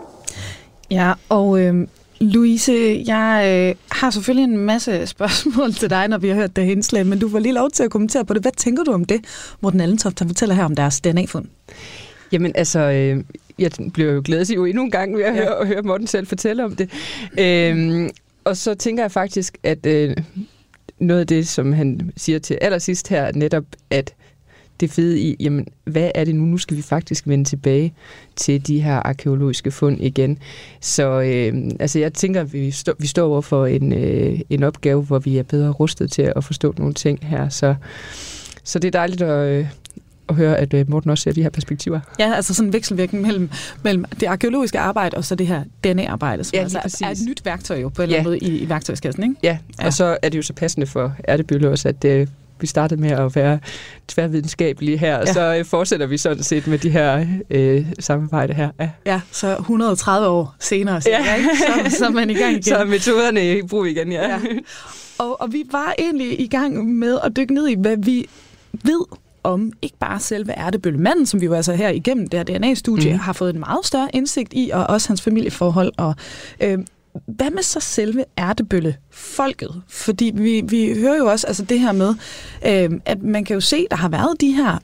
Ja, og øh, Louise, jeg øh, har selvfølgelig en masse spørgsmål til dig, når vi har hørt det indslag, men du får lige lov til at kommentere på det. Hvad tænker du om det, Morten Allentoft fortæller her om deres D N A-fund? Jamen altså, øh, jeg bliver jo glædet jo endnu en gang ved at ja. høre, høre Morten selv fortælle om det. Øh, og så tænker jeg faktisk, at øh, noget af det, som han siger til allersidst her, netop at det fede i, jamen, hvad er det nu? Nu skal vi faktisk vende tilbage til de her arkæologiske fund igen. Så øh, altså, jeg tænker, at vi, stå, vi står over for en, øh, en opgave, hvor vi er bedre rustet til at forstå nogle ting her. Så, så det er dejligt at, øh, at høre, at Morten også ser de her perspektiver. Ja, altså sådan en vekselvirkning mellem, mellem det arkæologiske arbejde og så det her D N A-arbejde, som ja, altså er et nyt værktøj jo på en eller anden ja. måde i, i værktøjskassen, ikke? Ja, ja, og så er det jo så passende for Ertebølle også, at øh, vi startede med at være tværvidenskabelige her, og ja. så øh, fortsætter vi sådan set med de her øh, samarbejde her. Ja. ja, så et hundrede og tredive år senere, så, ja. ikke? Så, så er man i gang igen. Så er metoderne i brug igen, ja. ja. Og, og vi var egentlig i gang med at dykke ned i, hvad vi ved om ikke bare selve Ertebøllemanden, som vi jo altså her igennem det her D N A-studie mm. har fået en meget større indsigt i, og også hans familieforhold. Og øh, hvad med så selve Ertebølle-folket? Fordi vi, vi hører jo også altså det her med, øh, at man kan jo se, der har været de her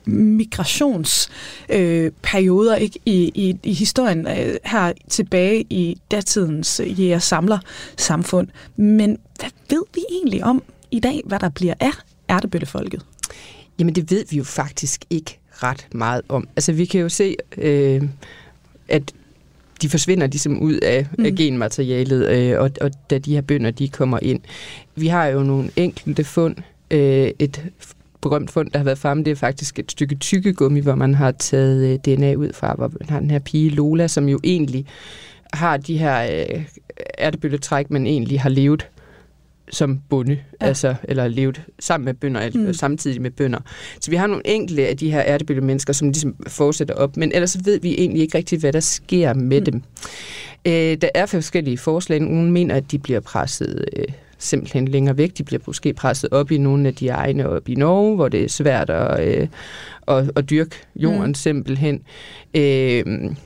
migrationsperioder øh, ikke, i, i, i historien øh, her tilbage i datidens jæger-samler-samfund. Men hvad ved vi egentlig om i dag, hvad der bliver af Ertebølle-folket? Jamen det ved vi jo faktisk ikke ret meget om. Altså vi kan jo se, øh, at de forsvinder ligesom ud af, mm. af genmaterialet, øh, og, og da de her bønder, de kommer ind. Vi har jo nogle enkelte fund. Øh, et berømt fund, der har været fremme, det er faktisk et stykke tykkegummi, hvor man har taget øh, D N A ud fra, hvor man har den her pige Lola, som jo egentlig har de her øh, ertebølletræk, men egentlig har levet som bonde, ja. altså, eller levet sammen med bønder, eller mm. samtidig med bønder. Så vi har nogle enkelte af de her ertebøllemennesker, som ligesom fortsætter op, men ellers ved vi egentlig ikke rigtigt, hvad der sker med mm. dem. Øh, der er forskellige forslag. Nogle mener, at de bliver presset øh, simpelthen længere væk. De bliver måske presset op i nogle af de egne op i Norge, hvor det er svært at, øh, at, at dyrke jorden mm. simpelthen. Øh,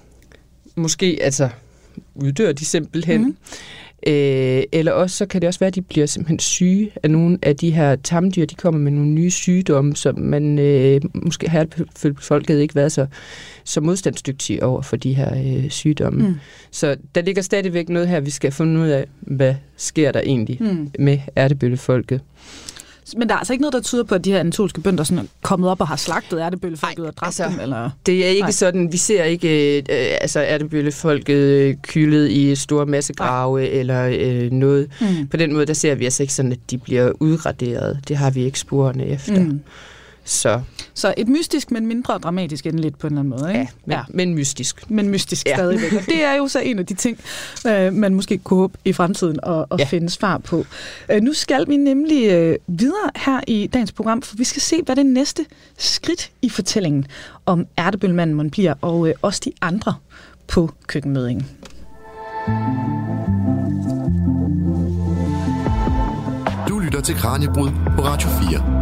måske altså uddør de simpelthen. Mm. Øh, eller også så kan det også være, at de bliver simpelthen syge af nogle af de her tamdyr. De kommer med nogle nye sygdomme, som man øh, måske har folket ikke været så, så modstandsdygtige over for de her øh, sygdomme. Mm. Så der ligger stadigvæk noget her, vi skal finde ud af, hvad sker der egentlig mm. med ertebøllefolket. Men der er altså ikke noget, der tyder på, at de her anatolske bønder sådan er kommet op og har slagtet ertebøllefolket og dræbt altså, dem? Eller? Det er ikke Nej. sådan, vi ser ikke øh, altså ertebøllefolket øh, kyldet i store massegrave Nej. eller øh, noget. Mm. På den måde, der ser vi altså ikke sådan, at de bliver udraderet. Det har vi ikke sporene efter. Mm. Så. Så et mystisk, men mindre dramatisk end lidt på en eller anden måde, ikke? Ja, men, ja. men mystisk. Men mystisk ja. stadigvæk. Det er jo så en af de ting, øh, man måske kunne håbe i fremtiden at, at ja. finde svar på. Øh, nu skal vi nemlig øh, videre her i dagens program, for vi skal se, hvad det næste skridt i fortællingen om Ertebøllemanden man bliver, og øh, også de andre på køkkenmødingen. Du lytter til Kraniebrud på Radio fire.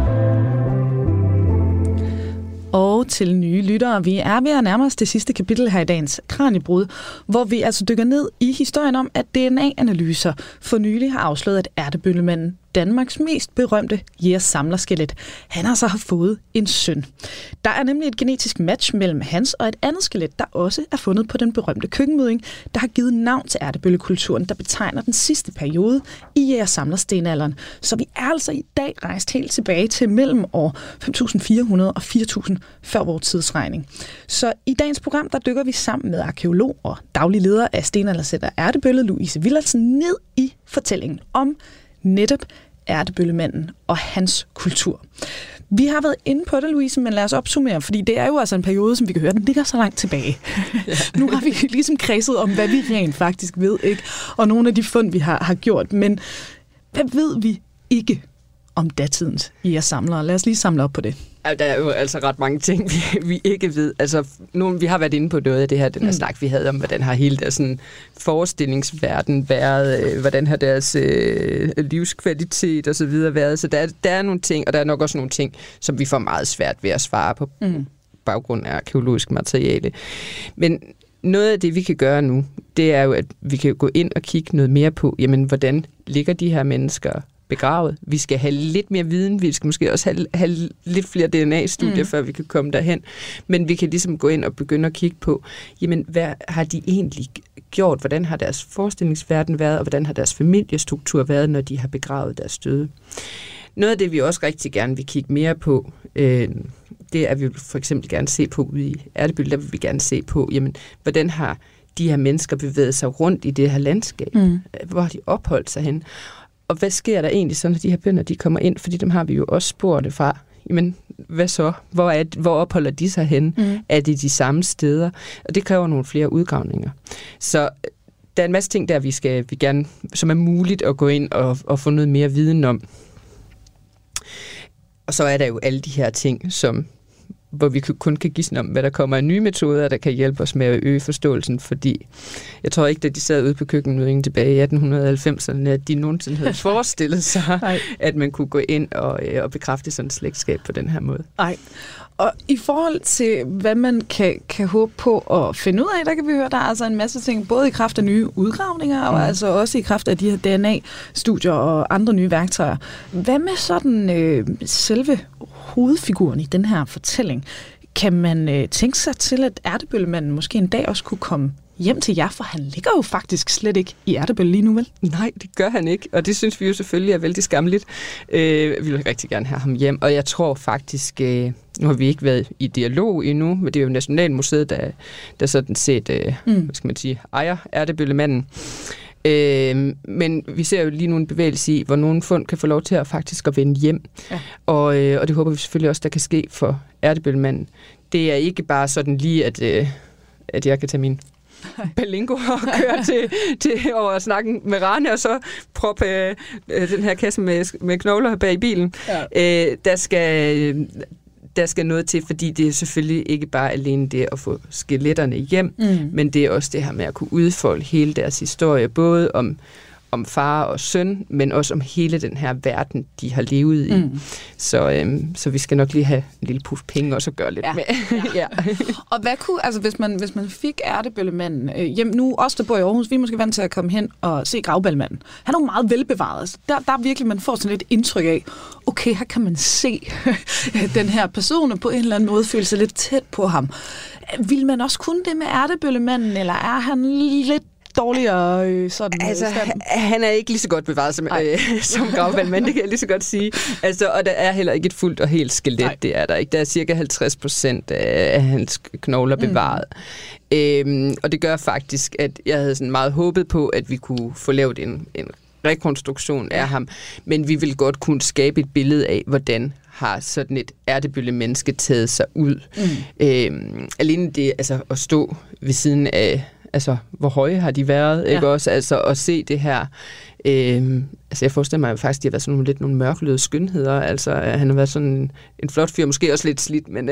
Og til nye lyttere. Vi er ved at nærme os det sidste kapitel her i dagens Kraniebrud, hvor vi altså dykker ned i historien om, at D N A-analyser for nylig har afsløret, at Ertebøllemanden, Danmarks mest berømte jæger-samlerskelet, han altså har fået en søn. Der er nemlig et genetisk match mellem hans og et andet skelet, der også er fundet på den berømte køkkenmødding, der har givet navn til ertebøllekulturen, der betegner den sidste periode i jæger-samlerstenalderen. Så vi er altså i dag rejst helt tilbage til mellem år fem tusind fire hundrede og fire tusind før vores tidsregning. Så i dagens program, der dykker vi sammen med arkeolog og daglig leder af Stenaldersætter Ertebølle, Louise Villadsen, ned i fortællingen om netop Ertebøllemanden og hans kultur. Vi har været inde på det, Louise, men lad os opsummere, fordi det er jo altså en periode, som vi kan høre, den ligger så langt tilbage. Ja. Nu har vi ligesom kredset om, hvad vi rent faktisk ved, ikke? Og nogle af de fund, vi har, har gjort. Men hvad ved vi ikke om datidens jægersamlere? Lad os lige samle op på det. Ja, der er jo altså ret mange ting, vi, vi ikke ved. Altså, nu, vi har været inde på noget af det her, den her mm. snak, vi havde om, hvordan har hele der sådan forestillingsverden været, øh, hvordan har deres øh, livskvalitet og så videre været. Så der, der er nogle ting, og der er nok også nogle ting, som vi får meget svært ved at svare på mm. baggrund af arkeologisk materiale. Men noget af det, vi kan gøre nu, det er jo, at vi kan gå ind og kigge noget mere på, jamen, hvordan ligger de her mennesker begravet. Vi skal have lidt mere viden, vi skal måske også have, have lidt flere D N A-studier, mm. før vi kan komme derhen. Men vi kan ligesom gå ind og begynde at kigge på, jamen, hvad har de egentlig gjort? Hvordan har deres forestillingsverden været, og hvordan har deres familiestruktur været, når de har begravet deres døde? Noget af det, vi også rigtig gerne vil kigge mere på, øh, det er, at vi for eksempel gerne se på ude i Ertebølle, der vil vi gerne se på, jamen, hvordan har de her mennesker bevæget sig rundt i det her landskab? Mm. Hvor har de opholdt sig hen? Og hvad sker der egentlig så, når de her bønder, de kommer ind? Fordi dem har vi jo også spurgt fra. Jamen, hvad så? Hvor, er, hvor opholder de sig hen? Mm. Er det de samme steder? Og det kræver nogle flere udgravninger. Så der er en masse ting, der vi skal, vi gerne, som er muligt at gå ind og, og få noget mere viden om. Og så er der jo alle de her ting, som, hvor vi kun kan gisne om, hvad der kommer af nye metoder, der kan hjælpe os med at øge forståelsen, fordi jeg tror ikke, da de sad ude på køkkenmødingen tilbage i atten halvfemserne, at de nogensinde havde forestillet sig, at man kunne gå ind og, og bekræfte sådan et slægtskab på den her måde. Nej. Og i forhold til, hvad man kan, kan håbe på at finde ud af, der kan vi høre, der er altså en masse ting, både i kraft af nye udgravninger, mm. og altså også i kraft af de her D N A-studier og andre nye værktøjer. Hvad med sådan øh, selve hovedfiguren i den her fortælling? Kan man øh, tænke sig til, at Ertebøllemanden måske en dag også kunne komme hjem til jer, for han ligger jo faktisk slet ikke i Ertebølle lige nu, vel? Nej, det gør han ikke, og det synes vi jo selvfølgelig er vældig skamligt. Øh, vi vil rigtig gerne have ham hjem, og jeg tror faktisk, øh, nu har vi ikke været i dialog endnu, men det er jo Nationalmuseet, der, der sådan set, øh, mm. hvad skal man sige, ejer Ertebøllemanden. Øh, men vi ser jo lige nu en bevægelse i, hvor nogle fund kan få lov til at faktisk at vende hjem, ja. og, øh, og det håber vi selvfølgelig også, der kan ske for Ertebøllemanden. Det er ikke bare sådan lige, at, øh, at jeg kan tage min Berlingo og køre til, til over at snakke med Rane, og så proppe øh, den her kasse med, med knogler bag i bilen. Ja. Øh, der skal... Der skal noget til, fordi det er selvfølgelig ikke bare alene det at få skeletterne hjem, mm. men det er også det her med at kunne udfolde hele deres historie, både om, om far og søn, men også om hele den her verden, de har levet i. Mm. Så, øhm, så vi skal nok lige have en lille puf penge og så gøre lidt ja. med. ja. Og hvad kunne, altså hvis man, hvis man fik Ertebøllemanden øh, hjem, nu os der bor i Aarhus, vi er måske vant til at komme hen og se Grauballemanden. Han er jo meget velbevaret. Altså, der, der er virkelig, man får sådan lidt indtryk af, okay, her kan man se den her person og på en eller anden måde føle sig lidt tæt på ham. Vil man også kunne det med Ertebøllemanden, eller er han lidt dårligere øh, sådan? Altså, han er ikke lige så godt bevaret som, øh, som Grauballemanden, det kan jeg lige så godt sige. Altså, og der er heller ikke et fuldt og helt skelet, Nej. Det er der ikke. Der er cirka halvtreds procent af hans knogler bevaret. Mm. Øhm, og det gør faktisk, at jeg havde sådan meget håbet på, at vi kunne få lavet en, en rekonstruktion af ham, men vi vil godt kunne skabe et billede af, hvordan har sådan et Ertebølle-menneske taget sig ud. Mm. Øhm, alene det, altså at stå ved siden af, altså hvor høje har de været, ja. Ikke også? Altså at se det her, øhm, altså jeg forestiller mig faktisk, at de har været sådan nogle, lidt nogle mørkløde skønheder, altså han har været sådan en, en flot fyr, måske også lidt slidt, men...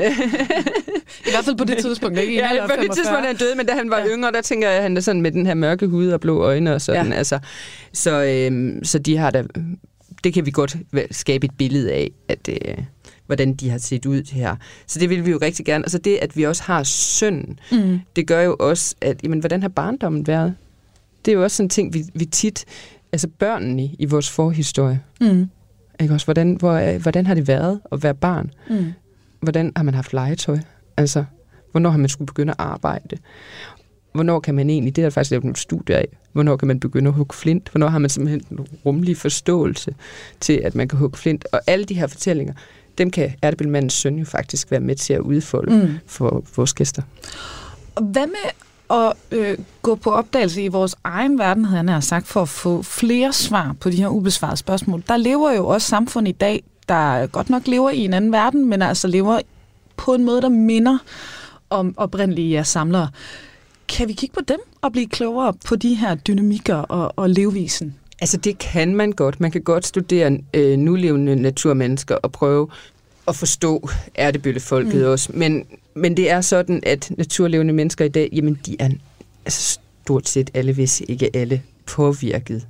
I hvert fald på det tidspunkt, ikke? Ja, på det tidspunkt, han døde, men da han var ja. yngre, der tænker jeg, at han er sådan med den her mørke hud og blå øjne og sådan, ja. altså. Så, øhm, så de har da, det kan vi godt skabe et billede af, at, øh, hvordan de har set ud her. Så det vil vi jo rigtig gerne. Altså det, at vi også har sønnen, mm. det gør jo også, at, jamen, hvordan har barndommen været? Det er jo også sådan en ting, vi, vi tit, altså børnene i, i vores forhistorie, mm. ikke også? Hvordan, hvor, hvordan har det været at være barn? Mm. Hvordan har man haft legetøj? Altså, hvornår har man skulle begynde at arbejde? Hvornår kan man egentlig, det er der faktisk lavet nogle studier af, hvornår kan man begynde at hugge flint? Hvornår har man simpelthen en rummelig forståelse til, at man kan hugge flint? Og alle de her fortællinger, dem kan Ertebøllemandens søn jo faktisk være med til at udfolde mm. for vores gæster. Og hvad med at øh, gå på opdagelse i vores egen verden, havde han sagt, for at få flere svar på de her ubesvarede spørgsmål? Der lever jo også samfund i dag, der godt nok lever i en anden verden, men altså lever på en måde, der minder om oprindelige ja, samlere. Kan vi kigge på dem og blive klogere på de her dynamikker og, og levevisen? Altså det kan man godt. Man kan godt studere øh, nulevende naturmennesker og prøve at forstå Ertebøllefolket mm. også. Men, men det er sådan, at naturlevende mennesker i dag, jamen de er altså stort set alle, hvis ikke alle, påvirket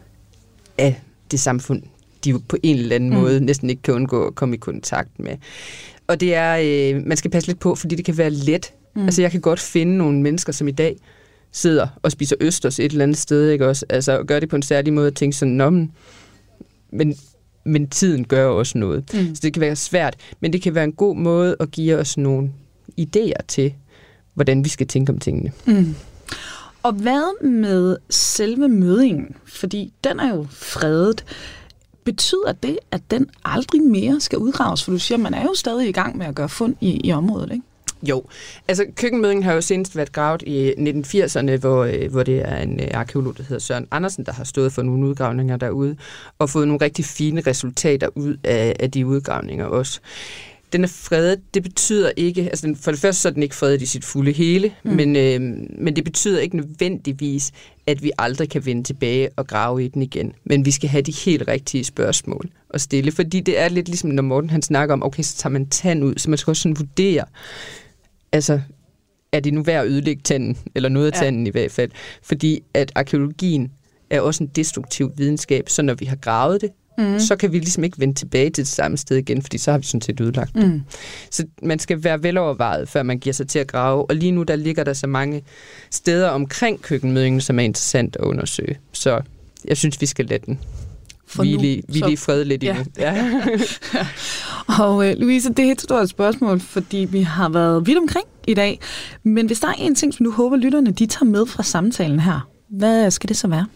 af det samfund, de jo på en eller anden mm. måde næsten ikke kan undgå at komme i kontakt med. Og det er, øh, man skal passe lidt på, fordi det kan være let Mm. Altså jeg kan godt finde nogle mennesker, som i dag sidder og spiser østers et eller andet sted, ikke også? Altså gør det på en særlig måde og tænke sådan, Nå, men, men, men tiden gør også noget. Mm. Så det kan være svært, men det kan være en god måde at give os nogle idéer til, hvordan vi skal tænke om tingene. Mm. Og hvad med selve mødingen? Fordi den er jo fredet. Betyder det, at den aldrig mere skal udgraves? For du siger, man er jo stadig i gang med at gøre fund i, i området, ikke? Jo, altså køkkenmøddingen har jo senest været gravet i nitten firserne, hvor, hvor det er en arkeolog, der hedder Søren Andersen, der har stået for nogle udgravninger derude, og fået nogle rigtig fine resultater ud af, af de udgravninger også. Den er fredet, det betyder ikke, altså for det første så er den ikke fredet i sit fulde hele, mm. men, øh, men det betyder ikke nødvendigvis, at vi aldrig kan vende tilbage og grave i den igen. Men vi skal have de helt rigtige spørgsmål at stille, fordi det er lidt ligesom, når Morten han snakker om, okay, så tager man tand ud, så man skal også sådan vurdere, altså, er det nu værd at ødelægge tanden, eller noget af tanden ja. i hvert fald, fordi at arkeologien er også en destruktiv videnskab, så når vi har gravet det, Mm. så kan vi ligesom ikke vende tilbage til det samme sted igen, fordi så har vi sådan set ødelagt det. Mm. Så man skal være velovervejet, før man giver sig til at grave. Og lige nu, der ligger der så mange steder omkring køkkenmøddingen, som er interessant at undersøge. Så jeg synes, vi skal lade den hvile i fred lidt ja. endnu. Ja. Og uh, Louise, det er et stort spørgsmål, fordi vi har været vidt omkring i dag. Men hvis der er en ting, som du håber, lytterne de tager med fra samtalen her, hvad skal det så være?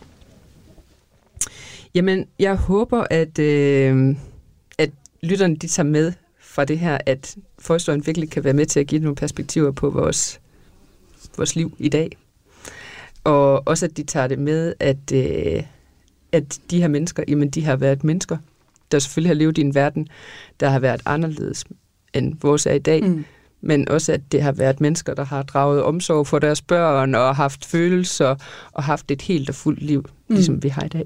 Jamen, jeg håber, at, øh, at lytterne de tager med fra det her, at forhistorien virkelig kan være med til at give nogle perspektiver på vores, vores liv i dag. Og også, at de tager det med, at, øh, at de her mennesker, jamen, de har været mennesker, der selvfølgelig har levet i en verden, der har været anderledes end vores er i dag. Mm. Men også, at det har været mennesker, der har draget omsorg for deres børn og haft følelser og haft et helt og fuldt liv, mm. ligesom vi har i dag.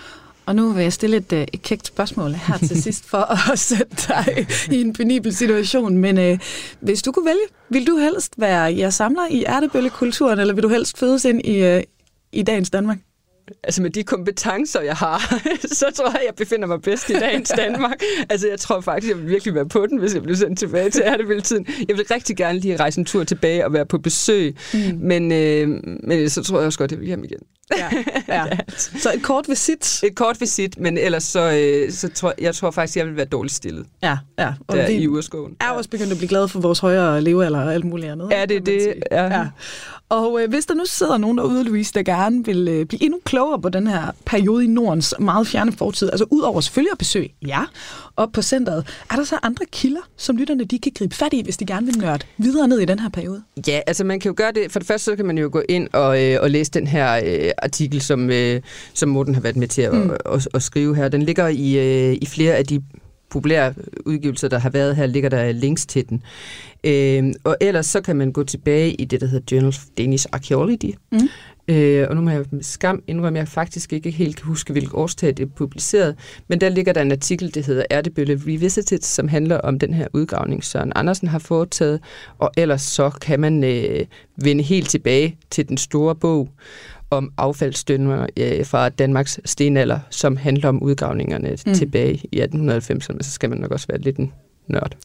Og nu vil jeg stille et, et kægt spørgsmål her til sidst for at sætte dig i en penibel situation. Men øh, hvis du kunne vælge, vil du helst være jeres samler i ærtebøllekulturen, eller vil du helst fødes ind i, øh, i dagens Danmark? Altså med de kompetencer, jeg har, så tror jeg, jeg befinder mig bedst i dagens Danmark. Altså jeg tror faktisk, jeg vil virkelig være på den, hvis jeg blev sendt tilbage til ærtebølletiden. Jeg vil rigtig gerne lige rejse en tur tilbage og være på besøg, mm. men, øh, men så tror jeg også godt, jeg vil hjem igen. Ja, ja. Så et kort visit. Et kort visit, men ellers så, øh, så tror jeg tror faktisk, jeg vil være dårligt stillet. Ja, ja. Og der i urskoven. Jeg er også begyndt at blive glad for vores højere levealder og alt muligt andet. Ja, det er det. Ja. Ja. Og øh, hvis der nu sidder nogen derude, Louise, der gerne vil øh, blive endnu klogere på den her periode i Nordens meget fjerne fortid, altså ud over selvfølgelig at besøge jer op på centret, er der så andre kilder, som lytterne de kan gribe fat i, hvis de gerne vil nørde videre ned i den her periode? Ja, altså man kan jo gøre det. For det første så kan man jo gå ind og, øh, og læse den her øh, artikel, som, øh, som Morten har været med til at, mm. at, at, at skrive her. Den ligger i, øh, i flere af de populære udgivelser, der har været her, ligger der links til den. Øh, og ellers så kan man gå tilbage i det, der hedder Journal of Danish Archaeology. Mm. Øh, og nu må jeg med skam indrømme, at jeg faktisk ikke helt kan huske, hvilket årstal det er publiceret, men der ligger der en artikel, der hedder Ærtebølle Revisited, som handler om den her udgravning, Søren Andersen har foretaget, og ellers så kan man øh, vende helt tilbage til den store bog om affaldsstønner øh, fra Danmarks stenalder, som handler om udgravningerne mm. tilbage i atten halvfemserne, så skal man nok også være lidt en nørd.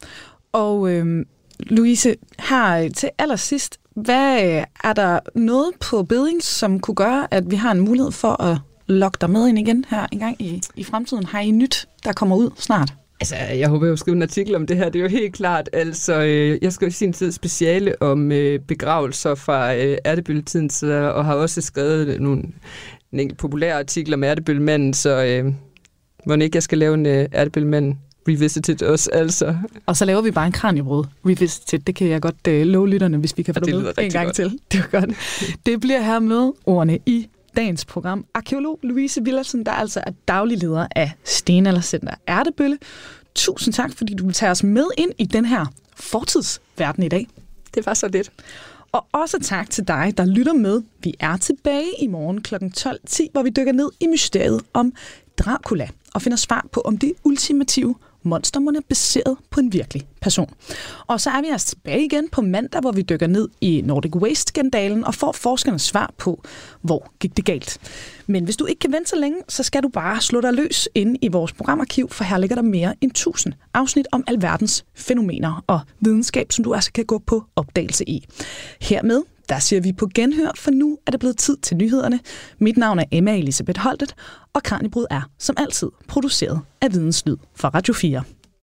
Og øh, Louise, her til allersidst, hvad er der noget på Bedding, som kunne gøre, at vi har en mulighed for at lokke dig med ind igen her en gang i, i fremtiden? Har I nyt, der kommer ud snart? Altså, jeg håber, jeg vil skrive en artikel om det her. Det er jo helt klart. Altså, øh, jeg skrev i sin tid speciale om øh, begravelser fra øh, ærtebølletiden, og har også skrevet nogle en enkelt populære artikler om ærtebøllemanden, så øh, må ikke, jeg skal lave en øh, ærtebøllemanden Revisited også, altså. Og så laver vi bare en kraniebrød Revisited. Det kan jeg godt uh, love lytterne, hvis vi kan få det med en gang godt. til. Det er godt. Det bliver her med ordene i dagens program. Arkeolog Louise Villadsen, der altså er daglig leder af Stenaldercenter Ærtebølle. Tusind tak, fordi du vil tage os med ind i den her fortidsverden i dag. Det var så lidt. Og også tak til dig, der lytter med. Vi er tilbage i morgen klokken tolv ti, hvor vi dykker ned i mysteriet om Dracula og finder svar på, om det ultimative monstermund er baseret på en virkelig person. Og så er vi altså tilbage igen på mandag, hvor vi dykker ned i Nordic Waste-skandalen og får forskernes svar på, hvor gik det galt. Men hvis du ikke kan vente så længe, så skal du bare slå dig løs inde i vores programarkiv, for her ligger der mere end tusind afsnit om alverdens fænomener og videnskab, som du altså kan gå på opdagelse i. Hermed, der siger vi på genhør, for nu er det blevet tid til nyhederne. Mit navn er Emma Elisabeth Holtet, og Kraniebrud er, som altid, produceret af Videnslyd for Radio fire.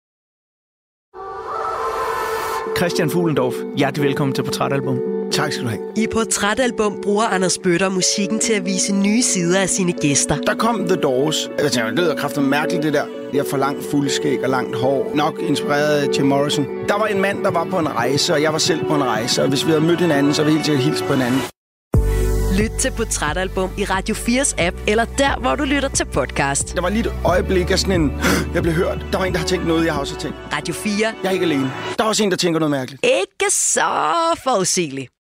Christian Fuglendorf, hjertelig velkommen til Portrætalbum. Tak skal du have. I Portrætalbum bruger Anders Bøtter musikken til at vise nye sider af sine gæster. Der kom The Doors. Jeg tænkte, det lyder kraftigt mærkeligt, det der. De har for langt fuldskæg og langt hår. Nok inspireret af Jim Morrison. Der var en mand, der var på en rejse, og jeg var selv på en rejse. Og hvis vi havde mødt hinanden, så ville vi helt sikkert hilse på hinanden. Lyt til Portrætalbum i Radio fires app, eller der, hvor du lytter til podcast. Der var lige et øjeblik af sådan en... Jeg blev hørt. Der var en, der har tænkt noget, jeg har også tænkt. Radio fire. Jeg er ikke alene. Der er også en, der tænker noget mærkeligt. Ikke så forudsigeligt.